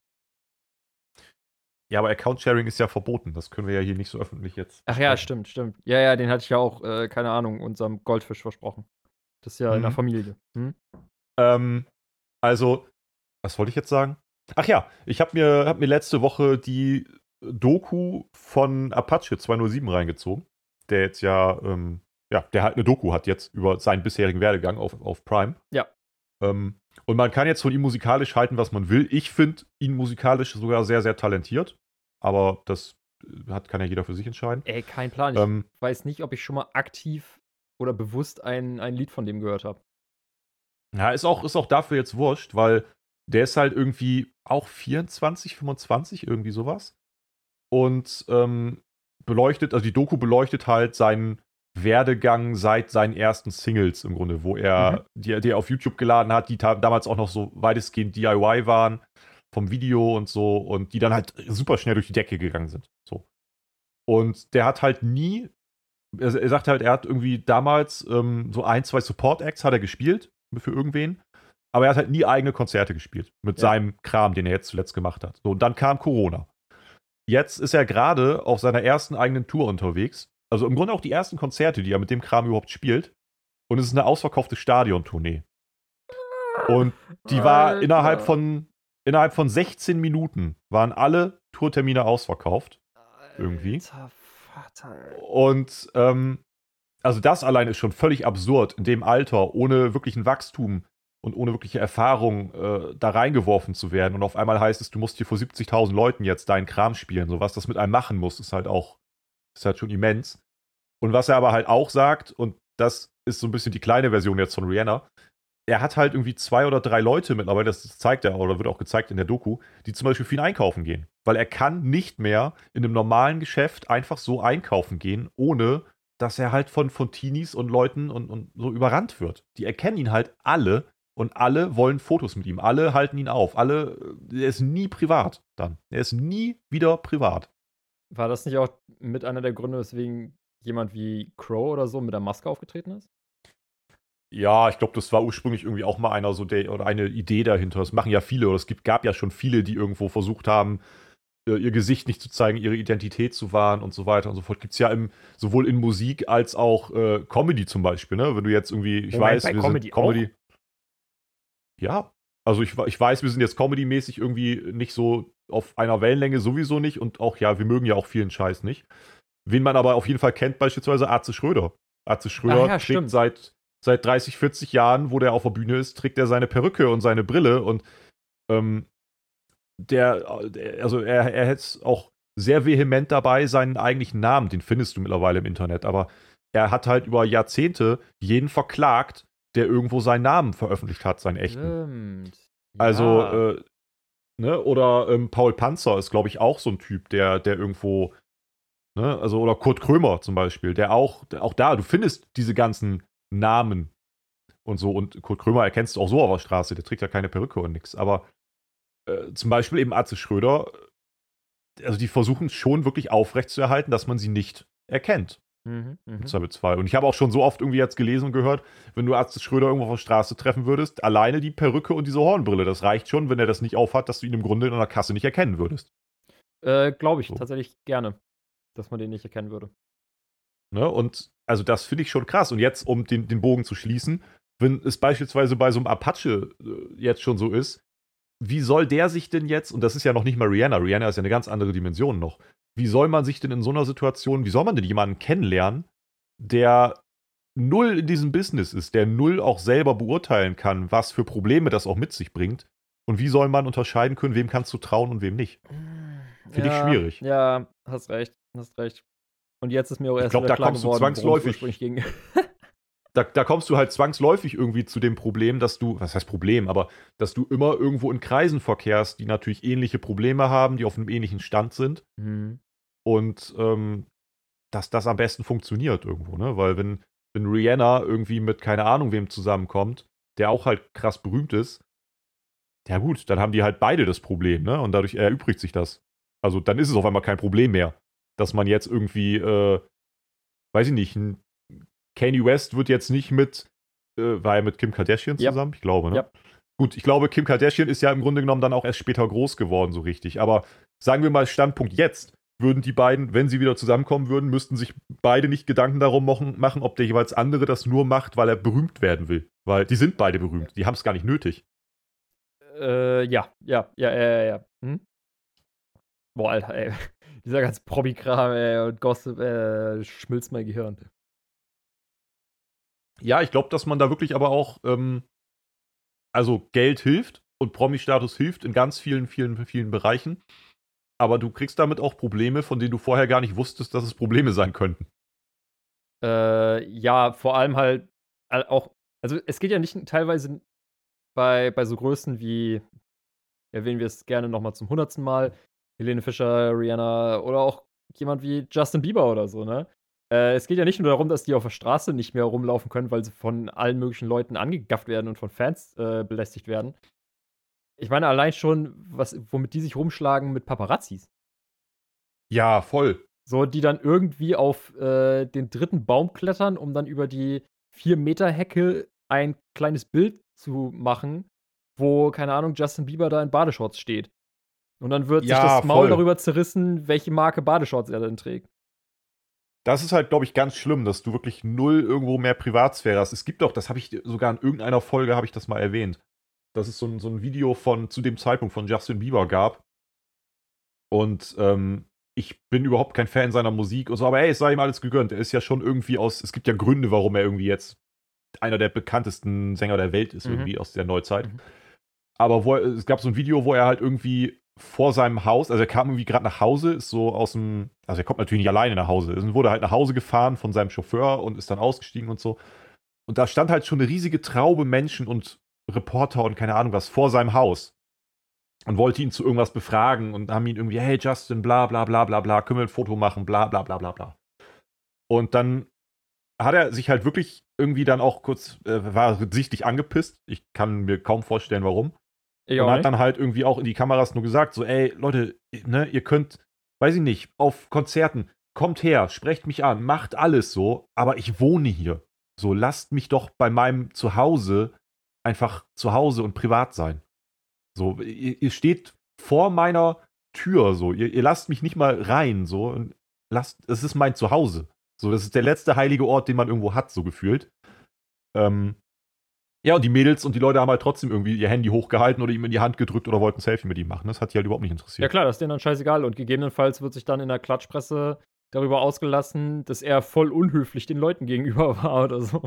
Ja, aber Account-Sharing ist ja verboten. Das können wir ja hier nicht so öffentlich jetzt. Ach ja, besprechen. stimmt, stimmt. Ja, ja, den hatte ich ja auch, äh, keine Ahnung, unserem Goldfisch versprochen. Das ist ja in der Mhm. Familie. Hm? Ähm, also, was wollte ich jetzt sagen? Ach ja, ich habe mir, hab mir letzte Woche die Doku von Apache zweihundertsieben reingezogen, der jetzt ja, ähm, ja, der halt eine Doku hat jetzt über seinen bisherigen Werdegang auf, auf Prime. Ja. Ähm, und man kann jetzt von ihm musikalisch halten, was man will. Ich finde ihn musikalisch sogar sehr, sehr talentiert. Aber das hat, kann ja jeder für sich entscheiden. Ey, kein Plan. Ich Ähm, weiß nicht, ob ich schon mal aktiv oder bewusst ein, ein Lied von dem gehört habe. ja, ist auch, ist auch dafür jetzt wurscht, weil der ist halt irgendwie auch vierundzwanzig, fünfundzwanzig, irgendwie sowas. Und ähm, beleuchtet, also die Doku beleuchtet halt seinen Werdegang seit seinen ersten Singles im Grunde, wo er, Mhm. die, die er auf YouTube geladen hat, die ta- damals auch noch so weitestgehend D I Y waren, vom Video und so, und die dann halt super schnell durch die Decke gegangen sind. So. Und der hat halt nie, er, er sagt halt, er hat irgendwie damals ähm, so ein, zwei Support-Acts hat er gespielt für irgendwen, aber er hat halt nie eigene Konzerte gespielt mit Ja. seinem Kram, den er jetzt zuletzt gemacht hat. So, und dann kam Corona. Jetzt ist er gerade auf seiner ersten eigenen Tour unterwegs. Also im Grunde auch die ersten Konzerte, die er mit dem Kram überhaupt spielt. Und es ist eine ausverkaufte Stadiontournee. Und die war Alter. innerhalb von, innerhalb von sechzehn Minuten waren alle Tourtermine ausverkauft. Irgendwie. Alter Vater. Und ähm, also das allein ist schon völlig absurd, in dem Alter, ohne wirklichen Wachstum und ohne wirkliche Erfahrung äh, da reingeworfen zu werden. Und auf einmal heißt es, du musst hier vor siebzigtausend Leuten jetzt deinen Kram spielen. So was das mit einem machen muss, ist halt auch, ist halt schon immens. Und was er aber halt auch sagt, und das ist so ein bisschen die kleine Version jetzt von Rihanna, er hat halt irgendwie zwei oder drei Leute mittlerweile, das zeigt er oder wird auch gezeigt in der Doku, die zum Beispiel für ihn einkaufen gehen. Weil er kann nicht mehr in einem normalen Geschäft einfach so einkaufen gehen, ohne dass er halt von, von Teenies und Leuten und, und so überrannt wird. Die erkennen ihn halt alle und alle wollen Fotos mit ihm. Alle halten ihn auf. Alle, er ist nie privat dann. Er ist nie wieder privat. War das nicht auch mit einer der Gründe, weswegen jemand wie Crow oder so mit der Maske aufgetreten ist? Ja, ich glaube, das war ursprünglich irgendwie auch mal einer so der oder eine Idee dahinter. Das machen ja viele oder es gibt, gab ja schon viele, die irgendwo versucht haben, äh, ihr Gesicht nicht zu zeigen, ihre Identität zu wahren und so weiter und so fort. Gibt es ja im, sowohl in Musik als auch äh, Comedy zum Beispiel, ne? Wenn du jetzt irgendwie, ich Moment, weiß, bei wir Comedy sind Comedy. Ja, also ich, ich weiß, wir sind jetzt Comedy-mäßig irgendwie nicht so auf einer Wellenlänge, sowieso nicht. Und auch, ja, wir mögen ja auch vielen Scheiß nicht. Wen man aber auf jeden Fall kennt, beispielsweise Atze Schröder. Atze Schröder Ach ja, trägt stimmt. seit, seit dreißig, vierzig Jahren, wo der auf der Bühne ist, trägt er seine Perücke und seine Brille. Und ähm, der, der, also er, er ist auch sehr vehement dabei, seinen eigentlichen Namen, den findest du mittlerweile im Internet, aber er hat halt über Jahrzehnte jeden verklagt, der irgendwo seinen Namen veröffentlicht hat, seinen echten. Stimmt. Also, Ja. äh, ne, oder ähm, Paul Panzer ist, glaube ich, auch so ein Typ, der, der irgendwo, ne, also, oder Kurt Krömer zum Beispiel, der auch, der auch da, du findest diese ganzen Namen und so. Und Kurt Krömer erkennst du auch so auf der Straße, der trägt ja keine Perücke und nix. Aber äh, zum Beispiel eben Atze Schröder, also die versuchen schon wirklich aufrechtzuerhalten, dass man sie nicht erkennt. Mhm, Im mhm. Zweifelsfall. Und ich habe auch schon so oft irgendwie jetzt gelesen und gehört, wenn du Atze Schröder irgendwo auf der Straße treffen würdest, alleine die Perücke und diese Hornbrille, das reicht schon, wenn er das nicht aufhat, dass du ihn im Grunde in einer Kasse nicht erkennen würdest. Äh, Glaube ich So. tatsächlich gerne, dass man den nicht erkennen würde. Ne? Und also das finde ich schon krass. Und jetzt, um den, den Bogen zu schließen, wenn es beispielsweise bei so einem Apache äh, jetzt schon so ist, wie soll der sich denn jetzt, und das ist ja noch nicht mal Rihanna, Rihanna ist ja eine ganz andere Dimension noch, wie soll man sich denn in so einer Situation, wie soll man denn jemanden kennenlernen, der null in diesem Business ist, der null auch selber beurteilen kann, was für Probleme das auch mit sich bringt? Und wie soll man unterscheiden können, wem kannst du trauen und wem nicht? Finde ich Ja, schwierig. Ja, hast recht, hast recht. Und jetzt ist mir auch Ich erst glaube, wieder da klar kommst du geworden, worum es zwangsläufig, ursprünglich ging. da, da kommst du halt zwangsläufig irgendwie zu dem Problem, dass du, was heißt Problem, aber dass du immer irgendwo in Kreisen verkehrst, die natürlich ähnliche Probleme haben, die auf einem ähnlichen Stand sind. Mhm. Und ähm, dass das am besten funktioniert irgendwo, ne? Weil wenn, wenn Rihanna irgendwie mit keine Ahnung wem zusammenkommt, der auch halt krass berühmt ist, ja gut, dann haben die halt beide das Problem, ne? Und dadurch erübrigt sich das. Also dann ist es auf einmal kein Problem mehr, dass man jetzt irgendwie, äh, weiß ich nicht, ein Kanye West wird jetzt nicht mit, äh, war er mit Kim Kardashian Yep. zusammen? Ich glaube, ne? Yep. Gut, ich glaube, Kim Kardashian ist ja im Grunde genommen dann auch erst später groß geworden, so richtig. Aber sagen wir mal, Standpunkt jetzt, würden die beiden, wenn sie wieder zusammenkommen würden, müssten sich beide nicht Gedanken darum machen, machen, ob der jeweils andere das nur macht, weil er berühmt werden will. Weil die sind beide berühmt, die haben es gar nicht nötig. Äh, ja, ja, ja, ja, ja, ja. Hm? Boah, Alter, ey. Dieser ganze Promi-Kram, ey, und Gossip, äh, schmilzt mein Gehirn. Ja, ich glaube, dass man da wirklich aber auch, ähm, also Geld hilft und Promi-Status hilft in ganz vielen, vielen, vielen Bereichen. Aber du kriegst damit auch Probleme, von denen du vorher gar nicht wusstest, dass es Probleme sein könnten. Äh, ja, vor allem halt äh, auch, also es geht ja nicht teilweise bei, bei so Größen wie, erwähnen wir es gerne nochmal zum hundertsten Mal, Helene Fischer, Rihanna oder auch jemand wie Justin Bieber oder so, ne? Äh, es geht ja nicht nur darum, dass die auf der Straße nicht mehr rumlaufen können, weil sie von allen möglichen Leuten angegafft werden und von Fans äh, belästigt werden. Ich meine allein schon, was, womit die sich rumschlagen mit Paparazzis. Ja, voll. So, die dann irgendwie auf äh, den dritten Baum klettern, um dann über die vier Meter Hecke ein kleines Bild zu machen, wo, keine Ahnung, Justin Bieber da in Badeshorts steht. Und dann wird Ja, sich das Maul voll. darüber zerrissen, welche Marke Badeshorts er denn trägt. Das ist halt, glaube ich, ganz schlimm, dass du wirklich null irgendwo mehr Privatsphäre hast. Es gibt doch, das habe ich sogar in irgendeiner Folge, habe ich das mal erwähnt, dass es so ein, so ein Video von, zu dem Zeitpunkt von Justin Bieber gab. Und ähm, ich bin überhaupt kein Fan seiner Musik und so, aber ey, es sei ihm alles gegönnt. Er ist ja schon irgendwie aus, es gibt ja Gründe, warum er irgendwie jetzt einer der bekanntesten Sänger der Welt ist, Mhm. irgendwie aus der Neuzeit. Mhm. Aber wo er, es gab so ein Video, wo er halt irgendwie vor seinem Haus, also er kam irgendwie gerade nach Hause, ist so aus dem, also er kommt natürlich nicht alleine nach Hause, er wurde halt nach Hause gefahren von seinem Chauffeur und ist dann ausgestiegen und so. Und da stand halt schon eine riesige Traube Menschen und Reporter und keine Ahnung was vor seinem Haus. Und wollte ihn zu irgendwas befragen und haben ihn irgendwie, hey Justin, bla bla bla bla bla, können wir ein Foto machen, bla bla bla bla bla. Und dann hat er sich halt wirklich irgendwie dann auch kurz, äh, war sichtlich angepisst. Ich kann mir kaum vorstellen, warum. Ich und auch hat nicht. dann halt irgendwie auch in die Kameras nur gesagt, so, ey, Leute, ne, ihr könnt, weiß ich nicht, auf Konzerten, kommt her, sprecht mich an, macht alles so, aber ich wohne hier. So, lasst mich doch bei meinem Zuhause einfach zu Hause und privat sein. So, ihr, ihr steht vor meiner Tür, so, ihr, ihr lasst mich nicht mal rein, so, und lasst, es ist mein Zuhause. So, das ist der letzte heilige Ort, den man irgendwo hat, so gefühlt. Ähm, ja, und die Mädels und die Leute haben halt trotzdem irgendwie ihr Handy hochgehalten oder ihm in die Hand gedrückt oder wollten ein Selfie mit ihm machen. Das hat die halt überhaupt nicht interessiert. Ja klar, das ist denen dann scheißegal. Und gegebenenfalls wird sich dann in der Klatschpresse darüber ausgelassen, dass er voll unhöflich den Leuten gegenüber war oder so.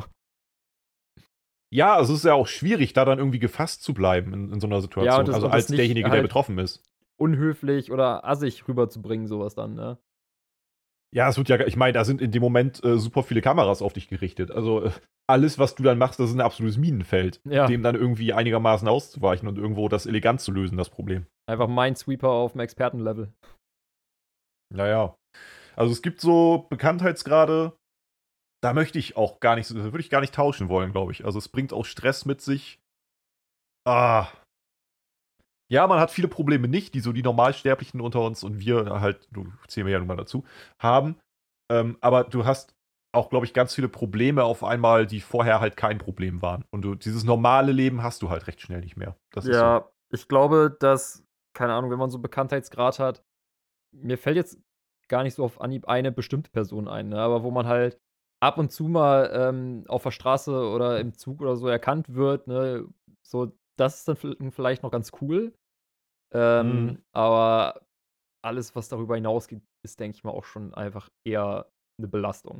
Ja, also es ist ja auch schwierig, da dann irgendwie gefasst zu bleiben in, in so einer Situation. Ja, und das- also und das als nicht derjenige, der halt- betroffen ist. Unhöflich oder assig rüberzubringen, sowas dann, ne? Ja, es wird ja, ich meine, da sind in dem Moment äh, super viele Kameras auf dich gerichtet. Also äh, alles, was du dann machst, das ist ein absolutes Minenfeld, Ja. dem dann irgendwie einigermaßen auszuweichen und irgendwo das elegant zu lösen, das Problem. Einfach Minesweeper auf dem Expertenlevel. Naja. Also es gibt so Bekanntheitsgrade, da möchte ich auch gar nicht, würde ich gar nicht tauschen wollen, glaube ich. Also es bringt auch Stress mit sich. Ah. Ja, man hat viele Probleme nicht, die so die Normalsterblichen unter uns und wir halt, du zählen wir ja nun mal dazu, haben. Ähm, aber du hast auch, glaube ich, ganz viele Probleme auf einmal, die vorher halt kein Problem waren. Und du, dieses normale Leben hast du halt recht schnell nicht mehr. Das ist so. Ja, ich glaube, dass, keine Ahnung, wenn man so einen Bekanntheitsgrad hat, mir fällt jetzt gar nicht so auf Anhieb eine bestimmte Person ein, ne? Aber wo man halt ab und zu mal ähm, auf der Straße oder im Zug oder so erkannt wird, ne? So, das ist dann vi- vielleicht noch ganz cool. Ähm, Mhm. aber alles, was darüber hinausgeht, ist, denke ich mal, auch schon einfach eher eine Belastung.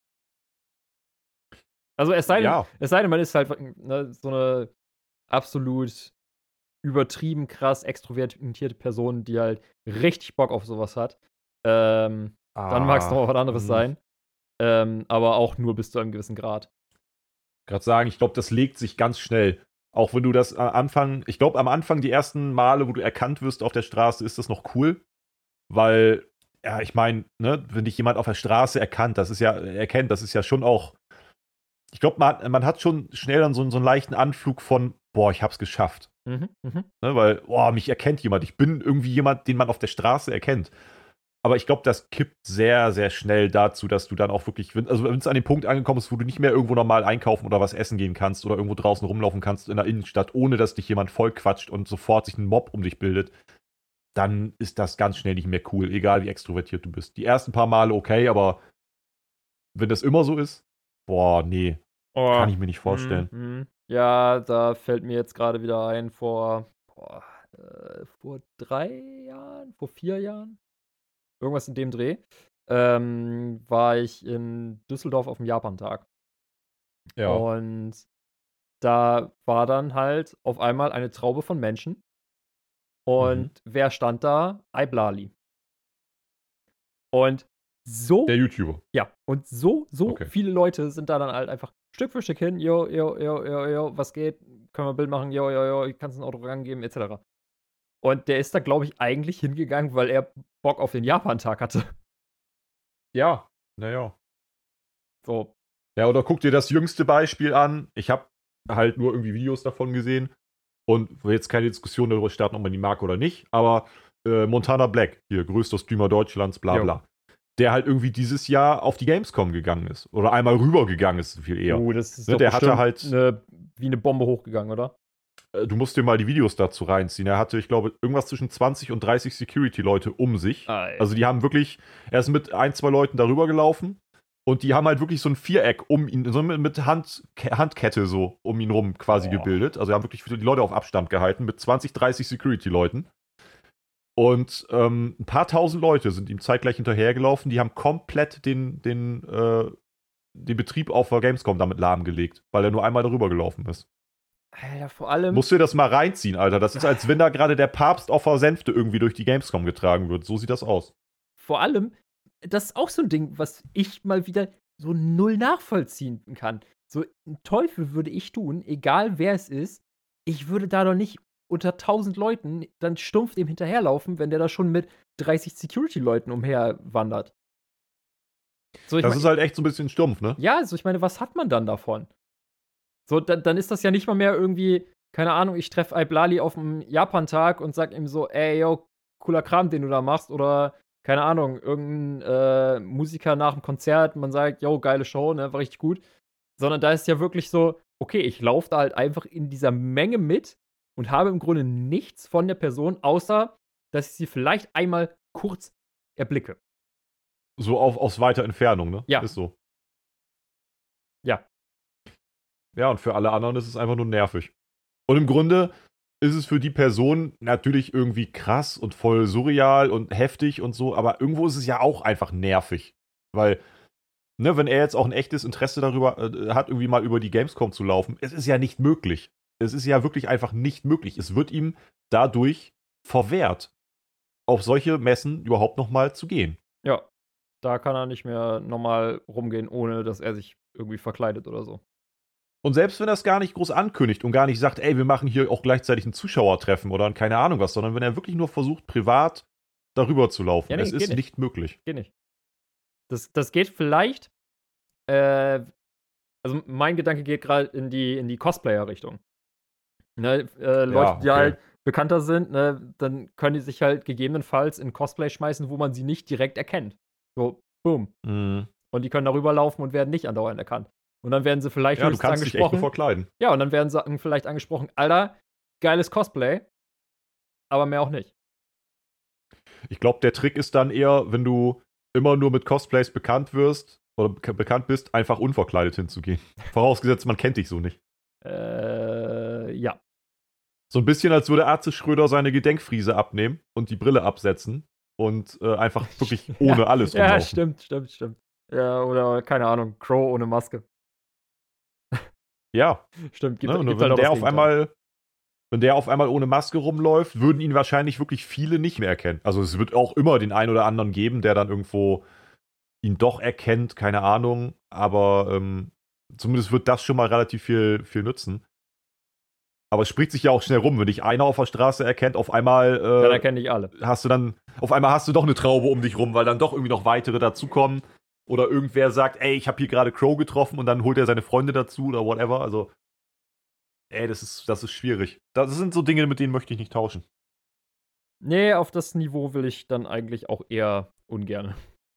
Also es sei denn, Ja, es sei denn, man ist halt ne, so eine absolut übertrieben krass extrovertierte Person, die halt richtig Bock auf sowas hat. Ähm, dann mag es ah, noch was anderes mh. sein. Ähm, aber auch nur bis zu einem gewissen Grad. Gerade sagen, ich glaube, das legt sich ganz schnell. Auch wenn du das am Anfang, ich glaube, am Anfang die ersten Male, wo du erkannt wirst auf der Straße, ist das noch cool. Weil, ja, ich meine, ne, wenn dich jemand auf der Straße erkannt, das ist ja, erkennt, das ist ja schon auch. Ich glaube, man, man hat schon schnell dann so, so einen leichten Anflug von, boah, ich hab's geschafft. Mhm, mhm. Ne, weil, boah, mich erkennt jemand. Ich bin irgendwie jemand, den man auf der Straße erkennt. Aber ich glaube, das kippt sehr, sehr schnell dazu, dass du dann auch wirklich, wenn, also wenn es an den Punkt angekommen ist, wo du nicht mehr irgendwo normal einkaufen oder was essen gehen kannst oder irgendwo draußen rumlaufen kannst in der Innenstadt, ohne dass dich jemand vollquatscht und sofort sich ein Mob um dich bildet, dann ist das ganz schnell nicht mehr cool, egal wie extrovertiert du bist. Die ersten paar Male okay, aber wenn das immer so ist, boah, nee, Oh, kann ich mir nicht vorstellen. mm, mm. Ja, da fällt mir jetzt gerade wieder ein, vor, boah, äh, vor drei Jahren, vor vier Jahren, irgendwas in dem Dreh, ähm, war ich in Düsseldorf auf dem Japantag. Ja. Und da war dann halt auf einmal eine Traube von Menschen. Mhm. Und wer stand da? Iblali. Und so, Der YouTuber. ja, und so, so Okay. viele Leute sind da dann halt einfach Stück für Stück hin. Jo, jo, jo, jo, jo, was geht? Können wir ein Bild machen? Jo, jo, jo, ich kann es ein Autogramm geben, et cetera. Und der ist da, glaube ich, eigentlich hingegangen, weil er Bock auf den Japan-Tag hatte. Ja, naja. So. Ja, oder guck dir das jüngste Beispiel an. Ich habe halt nur irgendwie Videos davon gesehen und will jetzt keine Diskussion darüber starten, ob man die mag oder nicht, aber äh, Montana Black, hier, größter Streamer Deutschlands, bla Jo. bla, der halt irgendwie dieses Jahr auf die Gamescom gegangen ist. Oder einmal rübergegangen ist, viel eher. Uh, das ist Ne, doch der hatte bestimmt halt, ne, wie eine Bombe hochgegangen, oder? äh, du musst dir mal die Videos dazu reinziehen. Er hatte, ich glaube, irgendwas zwischen zwanzig und dreißig Security-Leute um sich. Alter. Also die haben wirklich, er ist mit ein, zwei Leuten darüber gelaufen. Und die haben halt wirklich so ein Viereck um ihn, so mit, mit Hand, Handkette so um ihn rum quasi Boah. gebildet. Also die haben wirklich die Leute auf Abstand gehalten mit zwanzig, dreißig Security-Leuten. Und ähm, ein paar tausend Leute sind ihm zeitgleich hinterhergelaufen. Die haben komplett den, den, äh, den Betrieb auf der Gamescom damit lahmgelegt, weil er nur einmal darüber gelaufen ist. Alter, vor allem. Musst du dir das mal reinziehen, Alter. Das ist, als wenn da gerade der Papst auf der Sänfte irgendwie durch die Gamescom getragen wird. So sieht das aus. Vor allem, das ist auch so ein Ding, was ich mal wieder so null nachvollziehen kann. So einen Teufel würde ich tun, egal wer es ist. Ich würde da doch nicht unter tausend Leuten dann stumpf dem hinterherlaufen, wenn der da schon mit dreißig Security-Leuten umherwandert. So, ich Das mein, ist halt echt so ein bisschen stumpf, ne? ja, also ich meine, was hat man dann davon? So, dann, dann ist das ja nicht mal mehr irgendwie, keine Ahnung, ich treffe Iblali auf dem Japan-Tag und sag ihm so, ey, yo, cooler Kram, den du da machst, oder keine Ahnung, irgendein äh, Musiker nach dem Konzert, man sagt, yo, geile Show, ne, war richtig gut. Sondern da ist ja wirklich so, okay, ich laufe da halt einfach in dieser Menge mit und habe im Grunde nichts von der Person, außer, dass ich sie vielleicht einmal kurz erblicke. So auf, aus weiter Entfernung, ne? Ja. Ist so. Ja. Ja, und für alle anderen ist es einfach nur nervig. Und im Grunde ist es für die Person natürlich irgendwie krass und voll surreal und heftig und so, aber irgendwo ist es ja auch einfach nervig. Weil, ne, wenn er jetzt auch ein echtes Interesse darüber äh, hat, irgendwie mal über die Gamescom zu laufen, es ist ja nicht möglich. Es ist ja wirklich einfach nicht möglich. Es wird ihm dadurch verwehrt, auf solche Messen überhaupt nochmal zu gehen. Ja. Da kann er nicht mehr normal rumgehen, ohne dass er sich irgendwie verkleidet oder so. Und selbst wenn er es gar nicht groß ankündigt und gar nicht sagt, ey, wir machen hier auch gleichzeitig ein Zuschauertreffen oder ein keine Ahnung was, sondern wenn er wirklich nur versucht, privat darüber zu laufen, Ja, nee, es geht ist nicht. nicht möglich. Geht nicht. Das, das geht vielleicht Äh, also mein Gedanke geht gerade in die, in die Cosplayer-Richtung. Ne, äh, Leute, Ja, die okay. halt bekannter sind, ne, dann können die sich halt gegebenenfalls in Cosplay schmeißen, wo man sie nicht direkt erkennt. So, boom. Mhm. Und die können darüber laufen und werden nicht andauernd erkannt. Und dann werden sie vielleicht Ja, du höchstens kannst dich echt nur angesprochen. verkleiden. Ja, und dann werden sie an- vielleicht angesprochen, Alter, geiles Cosplay, aber mehr auch nicht. Ich glaube, der Trick ist dann eher, wenn du immer nur mit Cosplays bekannt wirst oder be bekannt bist, einfach unverkleidet hinzugehen. Vorausgesetzt, man kennt dich so nicht. Äh, ja. So ein bisschen, als würde Atze Schröder seine Gedenkfriese abnehmen und die Brille absetzen und äh, einfach wirklich ohne Ja, alles ja, rumlaufen. stimmt, stimmt, stimmt. Ja, oder keine Ahnung, Crow ohne Maske. Ja, Stimmt, gibt, ne? Und gibt wenn halt auch der das auf Gegenteil. einmal, wenn der auf einmal ohne Maske rumläuft, würden ihn wahrscheinlich wirklich viele nicht mehr erkennen. Also es wird auch immer den einen oder anderen geben, der dann irgendwo ihn doch erkennt, keine Ahnung. Aber ähm, zumindest wird das schon mal relativ viel, viel nützen. Aber es spricht sich ja auch schnell rum, wenn dich einer auf der Straße erkennt, auf einmal Dann äh, erkenne ich alle. hast du dann, auf einmal hast du doch eine Traube um dich rum, weil dann doch irgendwie noch weitere dazukommen. Oder irgendwer sagt, ey, ich habe hier gerade Crow getroffen und dann holt er seine Freunde dazu oder whatever. Also, ey, das ist, das ist schwierig. Das sind so Dinge, mit denen möchte ich nicht tauschen. Nee, auf das Niveau will ich dann eigentlich auch eher ungern.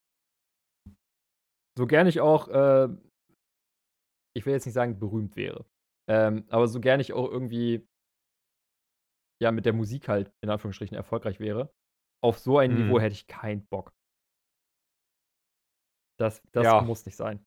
So gern ich auch, äh, ich will jetzt nicht sagen, berühmt wäre. Ähm, aber so gern ich auch irgendwie, ja, mit der Musik halt in Anführungsstrichen erfolgreich wäre, auf so ein Niveau Hm. hätte ich keinen Bock. Das, das Ja. muss nicht sein.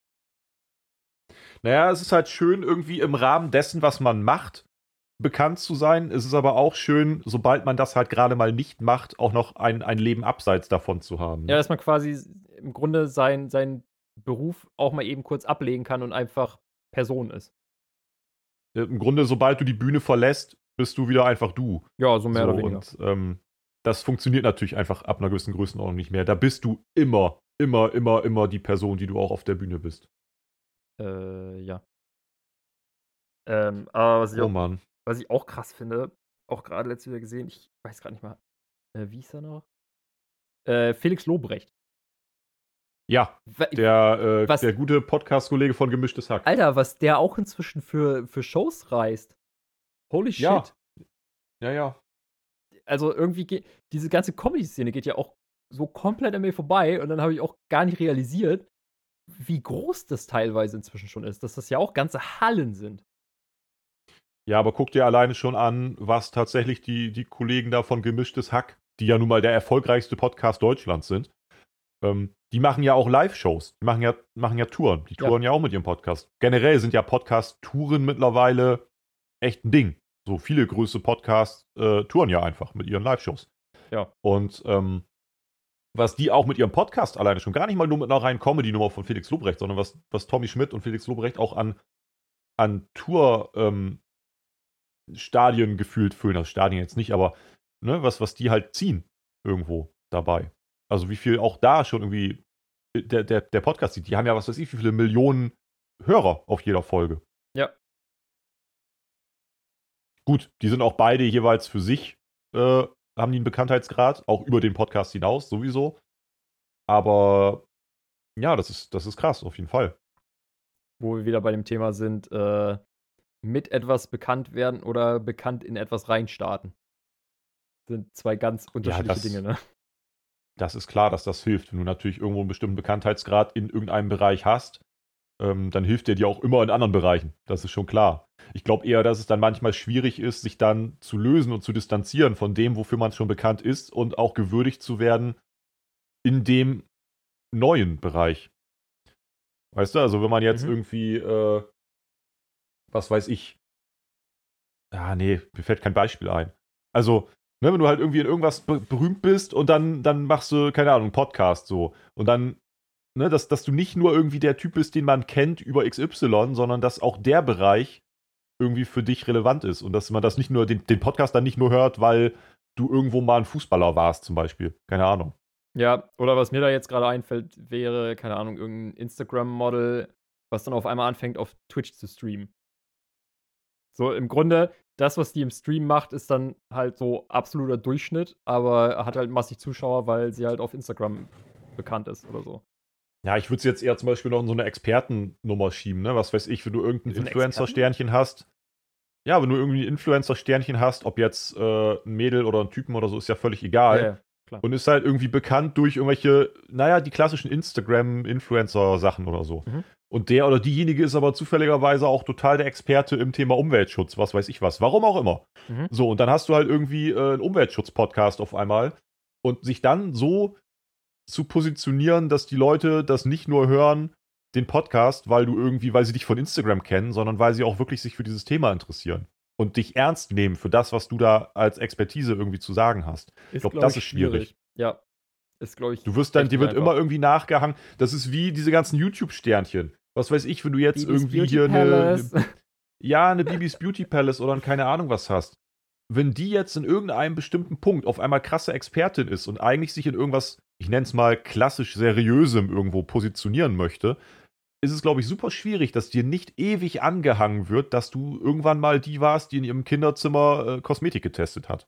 Naja, es ist halt schön, irgendwie im Rahmen dessen, was man macht, bekannt zu sein. Es ist aber auch schön, sobald man das halt gerade mal nicht macht, auch noch ein, ein Leben abseits davon zu haben. Ne? Ja, dass man quasi im Grunde sein, seinen Beruf auch mal eben kurz ablegen kann und einfach Person ist. Im Grunde, sobald du die Bühne verlässt, bist du wieder einfach du. Ja, so mehr so, oder weniger. Und ähm, das funktioniert natürlich einfach ab einer gewissen Größenordnung nicht mehr. Da bist du immer, immer, immer, immer die Person, die du auch auf der Bühne bist. Äh, ja. Ähm, aber was ich, Oh auch, Mann. was ich auch krass finde, auch gerade letztes wieder gesehen, ich weiß gerade nicht mal, äh, wie ist er noch? Äh, Felix Lobrecht. Ja, Wa- der, äh, was- der gute Podcast-Kollege von Gemischtes Hack. Alter, was der auch inzwischen für, für Shows reist. Holy shit. Ja. Ja, ja. Also irgendwie geht, diese ganze Comedy-Szene geht ja auch so komplett an mir vorbei und dann habe ich auch gar nicht realisiert, wie groß das teilweise inzwischen schon ist, dass das ja auch ganze Hallen sind. Ja, aber guck dir alleine schon an, was tatsächlich die, die Kollegen da von Gemischtes Hack, die ja nun mal der erfolgreichste Podcast Deutschlands sind, ähm, die machen ja auch Live-Shows. Die machen ja, machen ja Touren. Die Ja. touren ja. auch mit ihrem Podcast. Generell sind ja Podcast-Touren mittlerweile echt ein Ding. So viele größere Podcasts äh, touren ja einfach mit ihren Live-Shows. Ja. Und ähm, was die auch mit ihrem Podcast alleine schon, gar nicht mal nur mit einer reinen Comedy-Nummer von Felix Lobrecht, sondern was, was Tommy Schmidt und Felix Lobrecht auch an, an Tour, ähm, Stadien gefühlt füllen, also Stadien jetzt nicht, aber ne, was, was die halt ziehen irgendwo dabei. Also wie viel auch da schon irgendwie der, der, der Podcast sieht. Die haben ja, was weiß ich, wie viele Millionen Hörer auf jeder Folge. Ja. Gut, die sind auch beide jeweils für sich, äh, haben die einen Bekanntheitsgrad, auch über den Podcast hinaus sowieso. Aber ja, das ist, das ist krass, auf jeden Fall. Wo wir wieder bei dem Thema sind, äh, mit etwas bekannt werden oder bekannt in etwas reinstarten. Sind zwei ganz unterschiedliche das- Dinge, ne? Das ist klar, dass das hilft. Wenn du natürlich irgendwo einen bestimmten Bekanntheitsgrad in irgendeinem Bereich hast, ähm, dann hilft der dir auch immer in anderen Bereichen. Das ist schon klar. Ich glaube eher, dass es dann manchmal schwierig ist, sich dann zu lösen und zu distanzieren von dem, wofür man schon bekannt ist und auch gewürdigt zu werden in dem neuen Bereich. Weißt du, also wenn man jetzt Mhm. irgendwie, äh, was weiß ich, ah nee, mir fällt kein Beispiel ein. Also, ne, wenn du halt irgendwie in irgendwas be berühmt bist und dann, dann machst du, keine Ahnung, einen Podcast so. Und dann, ne, dass, dass du nicht nur irgendwie der Typ bist, den man kennt über X Y, sondern dass auch der Bereich irgendwie für dich relevant ist. Und dass man das nicht nur, den, den Podcast dann nicht nur hört, weil du irgendwo mal ein Fußballer warst, zum Beispiel. Keine Ahnung. Ja, oder was mir da jetzt gerade einfällt, wäre, keine Ahnung, irgendein Instagram-Model, was dann auf einmal anfängt, auf Twitch zu streamen. So, im Grunde, das, was die im Stream macht, ist dann halt so absoluter Durchschnitt, aber hat halt massig Zuschauer, weil sie halt auf Instagram bekannt ist oder so. Ja, ich würde es jetzt eher zum Beispiel noch in so eine Expertennummer schieben, ne? Was weiß ich, wenn du irgendein So ein Influencer-Sternchen hast. Ja, wenn du irgendwie ein Influencer-Sternchen hast, ob jetzt äh, ein Mädel oder ein Typen oder so, ist ja völlig egal. Ja, klar. Und ist halt irgendwie bekannt durch irgendwelche, naja, die klassischen Instagram-Influencer-Sachen oder so. Mhm. Und der oder diejenige ist aber zufälligerweise auch total der Experte im Thema Umweltschutz, was weiß ich was. Warum auch immer. Mhm. So, und dann hast du halt irgendwie äh, einen Umweltschutz-Podcast auf einmal. Und sich dann so zu positionieren, dass die Leute das nicht nur hören, den Podcast, weil du irgendwie, weil sie dich von Instagram kennen, sondern weil sie auch wirklich sich für dieses Thema interessieren und dich ernst nehmen für das, was du da als Expertise irgendwie zu sagen hast. Ich glaube, glaub das ist schwierig. Ja, ist, glaube ich. Du wirst dann, echt dir wird einfach. immer irgendwie nachgehangen. Das ist wie diese ganzen YouTube-Sternchen. Was weiß ich, wenn du jetzt Bibis irgendwie Beauty hier eine, Palace. eine, ja, eine Bibis Beauty Palace oder ein keine Ahnung was hast. Wenn die jetzt in irgendeinem bestimmten Punkt auf einmal krasse Expertin ist und eigentlich sich in irgendwas, ich nenne es mal klassisch seriösem irgendwo positionieren möchte, ist es, glaube ich, super schwierig, dass dir nicht ewig angehangen wird, dass du irgendwann mal die warst, die in ihrem Kinderzimmer äh, Kosmetik getestet hat.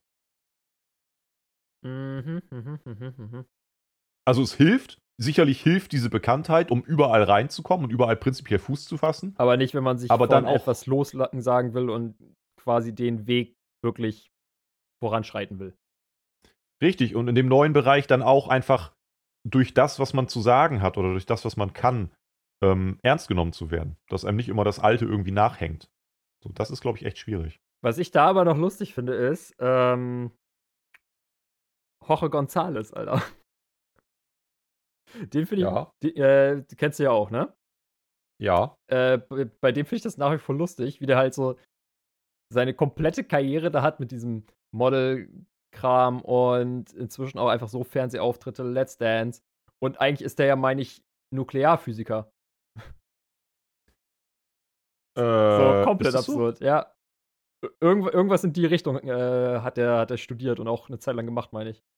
Mhm, mhm, mhm, mhm. Also es hilft, sicherlich hilft diese Bekanntheit, um überall reinzukommen und überall prinzipiell Fuß zu fassen. Aber nicht, wenn man sich Aber von dann auch- etwas lossagen will und quasi den Weg wirklich voranschreiten will. Richtig, und in dem neuen Bereich dann auch einfach durch das, was man zu sagen hat oder durch das, was man kann, ähm, ernst genommen zu werden. Dass einem nicht immer das Alte irgendwie nachhängt. So, das ist, glaube ich, echt schwierig. Was ich da aber noch lustig finde, ist, ähm, Jorge González, Alter. Den finde ich, Ja. die, äh, die kennst du ja auch, ne? Ja. Äh, bei, bei dem finde ich das nach wie vor lustig, wie der halt so seine komplette Karriere da hat mit diesem Model-Kram und inzwischen auch einfach so Fernsehauftritte, Let's Dance. Und eigentlich ist der ja, meine ich, Nuklearphysiker. Äh, So komplett ist das so? absurd, ja. Irgendw irgendwas in die Richtung äh, hat er hat er studiert und auch eine Zeit lang gemacht, meine ich.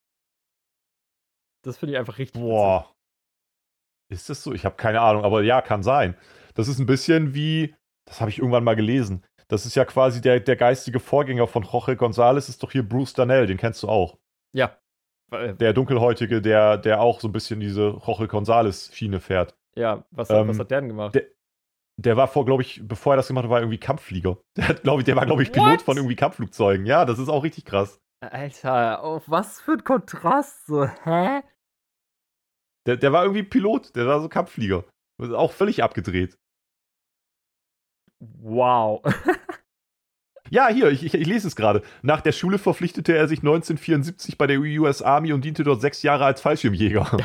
Das finde ich einfach richtig witzig. Boah. Ist das so? Ich habe keine Ahnung, aber ja, kann sein. Das ist ein bisschen wie, das habe ich irgendwann mal gelesen. Das ist ja quasi der, der geistige Vorgänger von Jorge González, ist doch hier Bruce Darnell, den kennst du auch. Ja. Äh, Der Dunkelhäutige, der, der auch so ein bisschen diese Jorge González-Schiene fährt. ja, was, hat- was Ähm, hat der denn gemacht? Der, der war vor, glaube ich, bevor er das gemacht hat, war er irgendwie Kampfflieger. Der, hat, glaub ich, der war, glaube ich, Pilot What? von irgendwie Kampfflugzeugen. Ja, das ist auch richtig krass. Alter, auf was für ein Kontrast. So, hä? Der, der war irgendwie Pilot, der war so Kampfflieger. Das ist auch völlig abgedreht. Wow. Ja, hier, ich, ich, ich lese es gerade. Nach der Schule verpflichtete er sich neunzehnhundertvierundsiebzig bei der U S Army und diente dort sechs Jahre als Fallschirmjäger.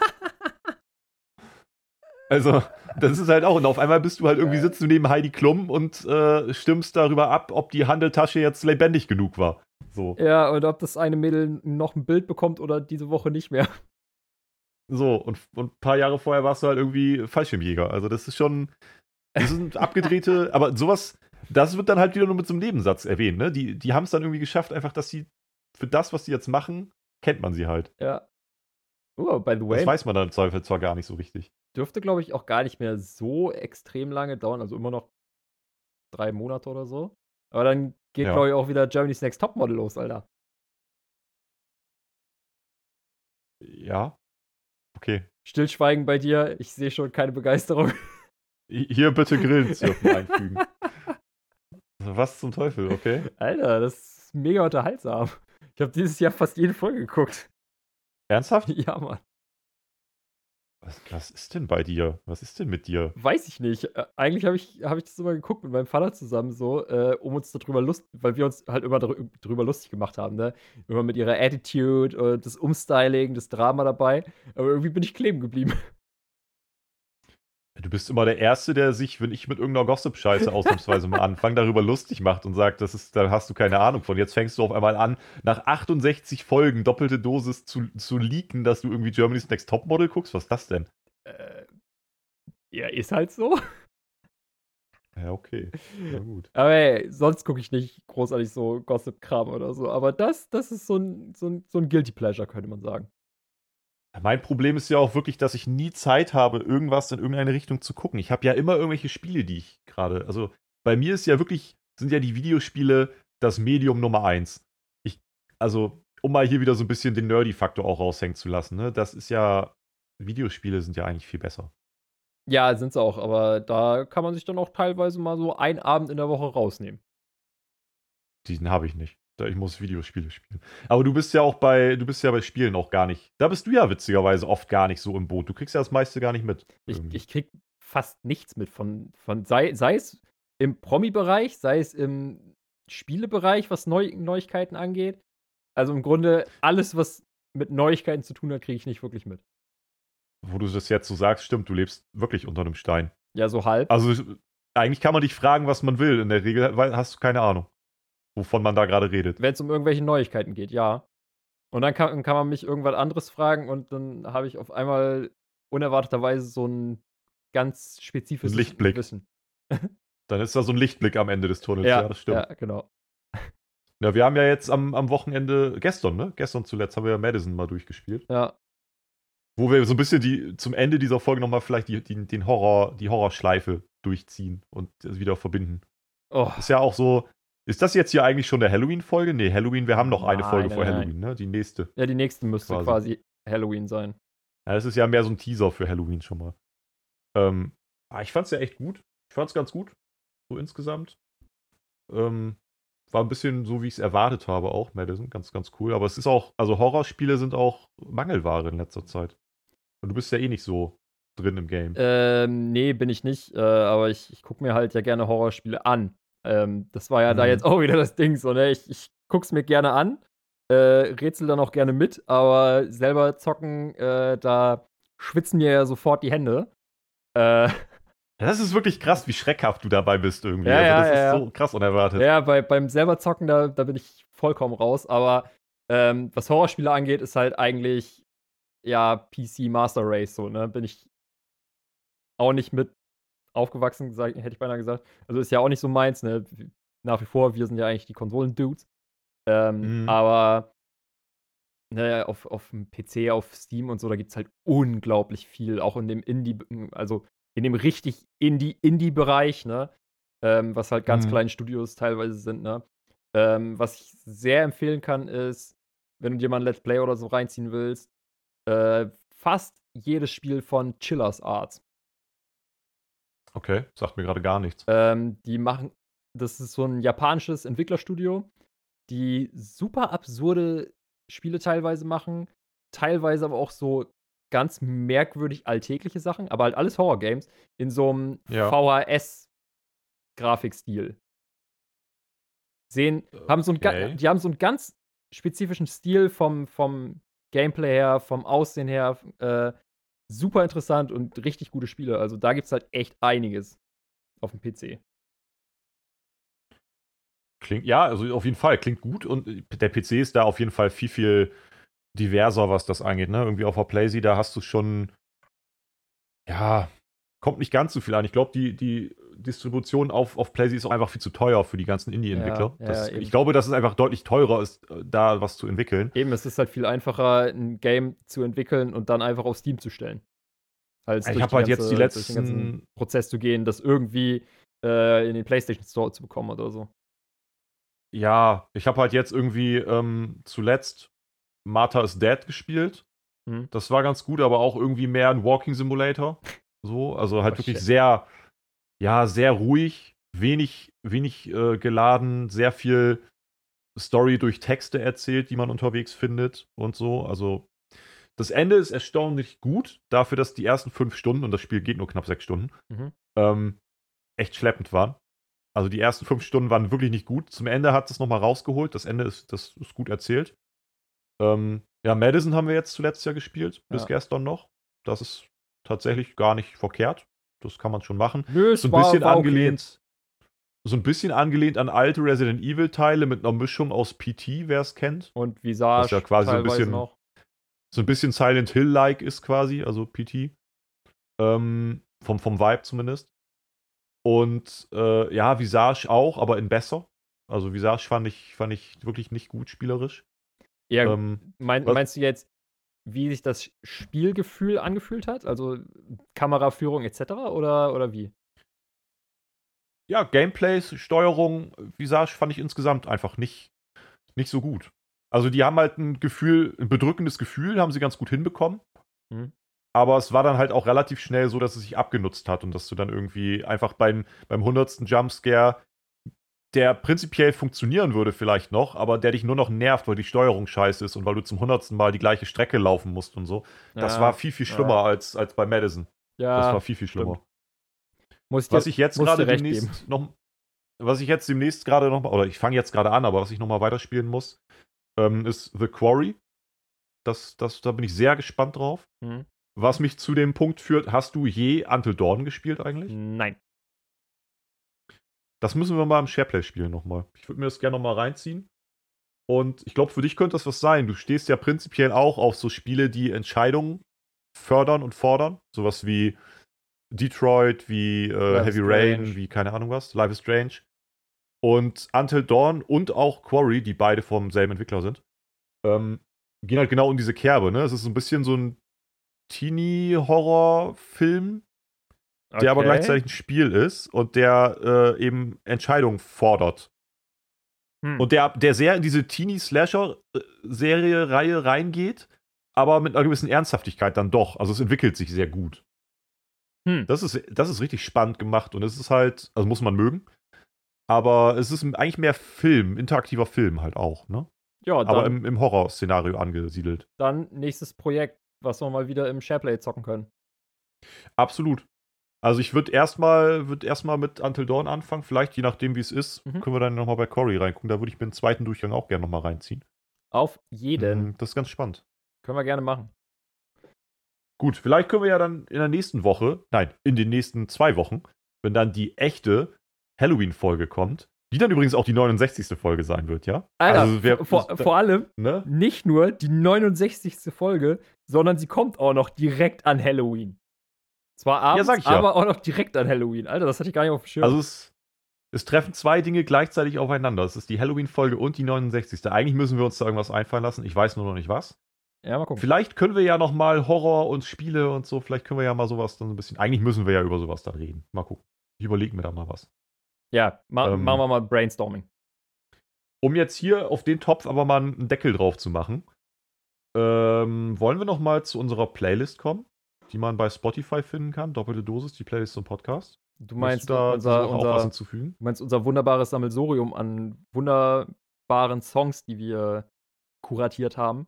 Also, das ist halt auch, und auf einmal bist du halt irgendwie, sitzt du neben Heidi Klum und äh, stimmst darüber ab, ob die Handeltasche jetzt lebendig genug war. So, Ja, und ob das eine Mädel noch ein Bild bekommt oder diese Woche nicht mehr. so, und, und ein paar Jahre vorher warst du halt irgendwie Fallschirmjäger. Also, das ist schon, das sind abgedrehte, aber sowas, das wird dann halt wieder nur mit so einem Nebensatz erwähnt, ne? Die, die haben es dann irgendwie geschafft, einfach, dass sie für das, was sie jetzt machen, kennt man sie halt. Ja. Oh, by the Das way, weiß man dann im Zweifel zwar gar nicht so richtig. dürfte, glaube ich, auch gar nicht mehr so extrem lange dauern. Also immer noch drei Monate oder so. Aber dann geht, Ja. glaube ich, auch wieder Germany's Next Topmodel los, Alter. Ja. Okay. Stillschweigen bei dir. Ich sehe schon keine Begeisterung. Hier bitte Grillenzirpen einfügen. Was zum Teufel, okay? Alter, das ist mega unterhaltsam. Ich habe dieses Jahr fast jede Folge geguckt. Ernsthaft? Ja, Mann. Was, was ist denn bei dir? Was ist denn mit dir? Weiß ich nicht. Äh, eigentlich habe ich, hab ich das immer geguckt mit meinem Vater zusammen, so, äh, um uns darüber lust, weil wir uns halt immer darü- drüber lustig gemacht haben, ne? Immer mit ihrer Attitude und das Umstyling, das Drama dabei. Aber irgendwie bin ich kleben geblieben. Du bist immer der Erste, der sich, wenn ich mit irgendeiner Gossip-Scheiße ausnahmsweise mal anfange, darüber lustig macht und sagt, das ist, da hast du keine Ahnung von. Jetzt fängst du auf einmal an, nach achtundsechzig Folgen doppelte Dosis zu, zu leaken, dass du irgendwie Germany's Next Topmodel guckst. Was ist das denn? Äh, ja, ist halt so. Ja, okay. Na gut. Aber ey, sonst gucke ich nicht großartig so Gossip-Kram oder so. Aber das, das ist so ein, so, ein, so ein Guilty Pleasure, könnte man sagen. Mein Problem ist ja auch wirklich, dass ich nie Zeit habe, irgendwas in irgendeine Richtung zu gucken. Ich habe ja immer irgendwelche Spiele, die ich gerade. Also bei mir ist ja wirklich, sind ja die Videospiele das Medium Nummer eins. Ich, also, um mal hier wieder so ein bisschen den Nerdy-Faktor auch raushängen zu lassen, ne? Das ist ja Videospiele sind ja eigentlich viel besser. Ja, sind's auch, aber da kann man sich dann auch teilweise mal so einen Abend in der Woche rausnehmen. Den habe ich nicht. Da ich muss Videospiele spielen. Aber du bist ja auch bei, du bist ja bei Spielen auch gar nicht. Da bist du ja witzigerweise oft gar nicht so im Boot. Du kriegst ja das meiste gar nicht mit. Ich, irgendwie. ich krieg fast nichts mit von, von sei, sei es im Promi-Bereich, sei es im Spielebereich, was Neu Neuigkeiten angeht. Also im Grunde alles, was mit Neuigkeiten zu tun hat, kriege ich nicht wirklich mit. Wo du das jetzt so sagst, stimmt, du lebst wirklich unter einem Stein. Ja, so halb. Also eigentlich kann man dich fragen, was man will. In der Regel weil- hast du keine Ahnung, wovon man da gerade redet. Wenn es um irgendwelche Neuigkeiten geht, ja. Und dann kann, kann man mich irgendwas anderes fragen und dann habe ich auf einmal unerwarteterweise so ein ganz spezifisches Lichtblick. Wissen. Dann ist da so ein Lichtblick am Ende des Tunnels. Ja, Ja, das stimmt. ja, genau. Ja, wir haben ja jetzt am, am Wochenende, gestern, ne? Gestern zuletzt haben wir ja Madison mal durchgespielt. Ja, Wo wir so ein bisschen die, zum Ende dieser Folge nochmal vielleicht die, die, den Horror, die Horrorschleife durchziehen und das wieder verbinden. oh, Ist ja auch so. Ist das jetzt hier eigentlich schon eine Halloween-Folge? Nee, Halloween, wir haben noch eine Nein, Folge nein, vor nein. Halloween, ne? Die nächste. ja, die nächste müsste Quasi. quasi, Halloween sein. Ja, das ist ja mehr so ein Teaser für Halloween schon mal. Ähm, ah, ich fand's ja echt gut. Ich fand's ganz gut. So insgesamt. Ähm, war ein bisschen so, wie ich es erwartet habe, auch, Madison. Ganz, ganz cool. Aber es ist auch, also Horrorspiele sind auch Mangelware in letzter Zeit. Und du bist ja eh nicht so drin im Game. Ähm, nee, bin ich nicht, äh, aber ich, ich gucke mir halt ja gerne Horrorspiele an. Ähm, das war ja da Mhm. jetzt auch wieder das Ding, so, ne? Ich, ich guck's mir gerne an, äh, rätsel dann auch gerne mit, aber selber zocken, äh, da schwitzen mir ja sofort die Hände. Äh, Das ist wirklich krass, wie schreckhaft du dabei bist irgendwie. Ja, also ja, das ja, ist ja. so krass unerwartet. ja, bei, beim selber zocken, da, da bin ich vollkommen raus, aber ähm, was Horrorspiele angeht, ist halt eigentlich, ja, P C Master Race, so, ne? Bin ich auch nicht mit aufgewachsen, sag, hätte ich beinahe gesagt. Also ist ja auch nicht so meins, ne? Nach wie vor, wir sind ja eigentlich die Konsolen-Dudes. Ähm, Mhm. aber ne, auf, auf dem P C, auf Steam und so, da gibt es halt unglaublich viel, auch in dem Indie, also in dem richtig Indie, Indie-Bereich, ne? Ähm, was halt ganz Mhm. kleine Studios teilweise sind, ne? Ähm, was ich sehr empfehlen kann, ist, wenn du dir mal ein Let's Play oder so reinziehen willst, äh, fast jedes Spiel von Chillers Arts. Okay, sagt mir gerade gar nichts. Ähm, die machen, das ist so ein japanisches Entwicklerstudio, die super absurde Spiele teilweise machen, teilweise aber auch so ganz merkwürdig alltägliche Sachen, aber halt alles Horror-Games in so einem Ja. V H S-Grafikstil. Sehen, haben so ein, ga- Okay. die haben so einen ganz spezifischen Stil vom, vom Gameplay her, vom Aussehen her, äh, super interessant und richtig gute Spiele. Also da gibt es halt echt einiges auf dem P C. Klingt, ja, also auf jeden Fall, klingt gut und der P C ist da auf jeden Fall viel, viel diverser, was das angeht, ne? Irgendwie auf der PlayStation, da hast du schon, ja, kommt nicht ganz so viel an. Ich glaube, die, die Distribution auf, auf PlayStation ist auch einfach viel zu teuer für die ganzen Indie-Entwickler. Ja, ja, Das- eben. ich glaube, dass es einfach deutlich teurer ist, äh, da was zu entwickeln. Eben, es ist halt viel einfacher, ein Game zu entwickeln und dann einfach auf Steam zu stellen. Als Ich durch habe halt ganze, jetzt die durch den ganzen letzten, Prozess zu gehen, das irgendwie äh, in den PlayStation Store zu bekommen oder so. ja, ich habe halt jetzt irgendwie ähm, zuletzt Martha is Dead gespielt. Mhm. Das war ganz gut, aber auch irgendwie mehr ein Walking Simulator. So, also halt Oh, wirklich shit. sehr, ja, sehr ruhig, wenig, wenig äh, geladen, sehr viel Story durch Texte erzählt, die man unterwegs findet und so. Also das Ende ist erstaunlich gut, dafür, dass die ersten fünf Stunden, und das Spiel geht nur knapp sechs Stunden, Mhm. ähm, echt schleppend waren. Also die ersten fünf Stunden waren wirklich nicht gut. Zum Ende hat es nochmal rausgeholt. Das Ende ist, das ist gut erzählt. Ähm, ja, Madison haben wir jetzt zuletzt ja gespielt, bis Ja. gestern noch. Das ist tatsächlich gar nicht verkehrt. Das kann man schon machen. Nö, es So ein war, bisschen war okay. angelehnt, so ein bisschen angelehnt an alte Resident Evil Teile mit einer Mischung aus P T, wer es kennt. Und Visage Was ja quasi so ein teilweise bisschen- noch. So ein bisschen Silent Hill-like ist quasi, also P T. Ähm, vom, vom Vibe zumindest. Und äh, ja, Visage auch, aber in besser. Also Visage fand ich, fand ich wirklich nicht gut spielerisch. Ja, Ähm, mein, was- meinst du jetzt, wie sich das Spielgefühl angefühlt hat? Also Kameraführung et cetera oder, oder wie? ja, Gameplays, Steuerung, Visage fand ich insgesamt einfach nicht, nicht so gut. Also die haben halt ein Gefühl, ein bedrückendes Gefühl, haben sie ganz gut hinbekommen. Mhm. aber es war dann halt auch relativ schnell so, dass es sich abgenutzt hat und dass du dann irgendwie einfach beim, beim hundertsten Jumpscare, der prinzipiell funktionieren würde vielleicht noch, aber der dich nur noch nervt, weil die Steuerung scheiße ist und weil du zum hundertsten Mal die gleiche Strecke laufen musst und so. Das Ja, war viel, viel schlimmer ja. als, als bei Madison. Ja, Das war viel, viel schlimmer. muss ich Was dir, ich jetzt muss dir gerade recht demnächst geben. noch, was ich jetzt demnächst gerade noch mal, oder ich fange jetzt gerade an, aber was ich nochmal weiterspielen muss, ähm, ist The Quarry. Das, das, da bin ich sehr gespannt drauf. Hm. Was mich zu dem Punkt führt, hast du je Until Dawn gespielt eigentlich? Nein. Das müssen wir mal im Shareplay spielen nochmal. Ich würde mir das gerne nochmal reinziehen. Und ich glaube, für dich könnte das was sein. Du stehst ja prinzipiell auch auf so Spiele, die Entscheidungen fördern und fordern. Sowas wie Detroit, wie äh, Heavy Rain, wie keine Ahnung was, Life is Strange. Und Until Dawn und auch Quarry, die beide vom selben Entwickler sind, ähm, gehen halt genau in diese Kerbe. Ne? Es ist so ein bisschen so ein Teenie-Horror-Film, der Okay. aber gleichzeitig ein Spiel ist und der äh, eben Entscheidungen fordert. Hm. Und der, der sehr in diese Teenie-Slasher-Serie, Reihe reingeht, aber mit einer gewissen Ernsthaftigkeit dann doch. Also es entwickelt sich sehr gut. Hm. Das ist, das ist richtig spannend gemacht und es ist halt, also muss man mögen, aber es ist eigentlich mehr Film, interaktiver Film halt auch, ne? Ja, dann, aber im, im Horror-Szenario angesiedelt. Dann nächstes Projekt, was wir mal wieder im Shareplay zocken können. Absolut. Also ich würde erstmal würd erstmal mit Until Dawn anfangen, vielleicht je nachdem wie es ist, Mhm. können wir dann nochmal bei Quarry reingucken, da würde ich mir den zweiten Durchgang auch gerne nochmal reinziehen. Auf jeden. Mm, Das ist ganz spannend. Können wir gerne machen. Gut, vielleicht können wir ja dann in der nächsten Woche, nein, in den nächsten zwei Wochen, wenn dann die echte Halloween-Folge kommt, die dann übrigens auch die neunundsechzigste Folge sein wird, ja? Alter, also wer, vor, das, vor allem ne? nicht nur die neunundsechzigste Folge, sondern sie kommt auch noch direkt an Halloween. Zwar abends, Ja, sag ich ja. aber auch noch direkt an Halloween. Alter, das hatte ich gar nicht auf dem Schirm. Also es, es treffen zwei Dinge gleichzeitig aufeinander. Es ist die Halloween-Folge und die neunundsechzigste. Eigentlich müssen wir uns da irgendwas einfallen lassen. Ich weiß nur noch nicht was. Ja, mal gucken. Vielleicht können wir ja noch mal Horror und Spiele und so, vielleicht können wir ja mal sowas dann ein bisschen. Eigentlich müssen wir ja über sowas dann reden. Mal gucken. Ich überlege mir da mal was. Ja, ma Ähm, machen wir mal Brainstorming. Um jetzt hier auf den Topf aber mal einen Deckel drauf zu machen, ähm, wollen wir noch mal zu unserer Playlist kommen, die man bei Spotify finden kann. Doppelte Dosis, die Playlist zum Podcast. Du Möchtest meinst du da unser, diese Woche auch was unser, hinzufügen? du meinst unser wunderbares Sammelsurium an wunderbaren Songs, die wir kuratiert haben?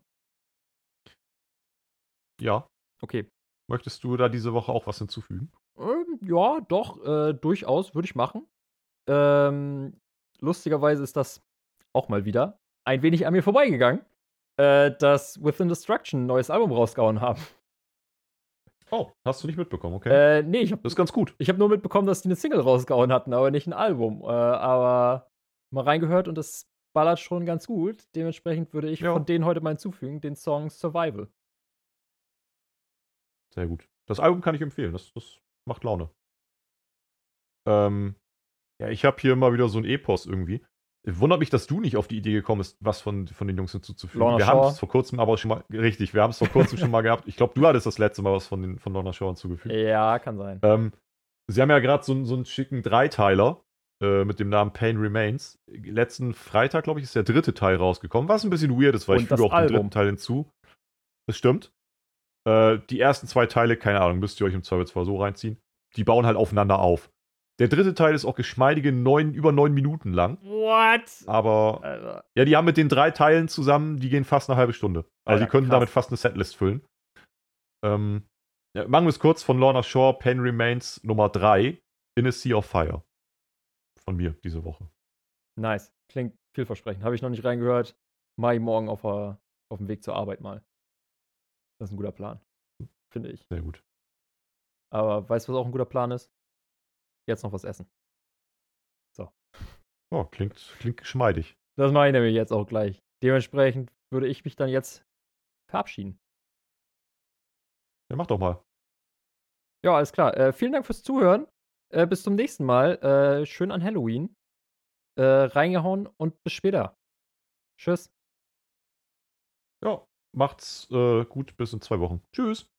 Ja. Okay. Möchtest du da diese Woche auch was hinzufügen? Ähm, ja, doch, äh, durchaus, würde ich machen. Ähm, lustigerweise ist das auch mal wieder ein wenig an mir vorbeigegangen, äh, dass Within Destruction ein neues Album rausgehauen haben. Oh, hast du nicht mitbekommen, okay. Äh, nee, ich habe Das ist ganz gut. ich hab nur mitbekommen, dass die eine Single rausgehauen hatten, aber nicht ein Album. Äh, aber mal reingehört und das ballert schon ganz gut. Dementsprechend würde ich Ja. von denen heute mal hinzufügen, den Song Survival. Sehr gut. Das Album kann ich empfehlen, das, das macht Laune. Ähm, ja, ich habe hier mal wieder so ein Epos irgendwie. Wundert mich, dass du nicht auf die Idee gekommen bist, was von, von den Jungs hinzuzufügen. Lorna wir haben Shore. es vor kurzem aber schon mal, richtig, wir haben es vor kurzem schon mal gehabt. Ich glaube, du hattest das letzte Mal was von, den, von Lorna Shore hinzugefügt. Ja, kann sein. Ähm, sie haben ja gerade so, so einen schicken Dreiteiler äh, mit dem Namen Pain Remains. Letzten Freitag, glaube ich, ist der dritte Teil rausgekommen, was ein bisschen weird ist, weil Und ich das füge auch den Album. dritten Teil hinzu. Das stimmt. Äh, die ersten zwei Teile, keine Ahnung, müsst ihr euch im Zweifelsfall so reinziehen. Die bauen halt aufeinander auf. Der dritte Teil ist auch geschmeidige neun, über neun Minuten lang. What? Aber, Alter. ja, die haben mit den drei Teilen zusammen, die gehen fast eine halbe Stunde. Also, Alter, die könnten krass. damit fast eine Setlist füllen. Ähm, ja, machen wir es kurz von Lorna Shore, Pain Remains Nummer drei, In a Sea of Fire. Von mir diese Woche. Nice. Klingt vielversprechend. Habe ich noch nicht reingehört. Mach ich morgen auf, der, auf dem Weg zur Arbeit mal. Das ist ein guter Plan. Finde ich. Sehr gut. Aber weißt du, was auch ein guter Plan ist? Jetzt noch was essen. So. Oh, klingt, klingt geschmeidig. Das mache ich nämlich jetzt auch gleich. Dementsprechend würde ich mich dann jetzt verabschieden. Ja, mach doch mal. Ja, alles klar. Äh, vielen Dank fürs Zuhören. Äh, bis zum nächsten Mal. Äh, schön an Halloween. Äh, reingehauen und bis später. Tschüss. Ja, macht's äh, gut, bis in zwei Wochen. Tschüss.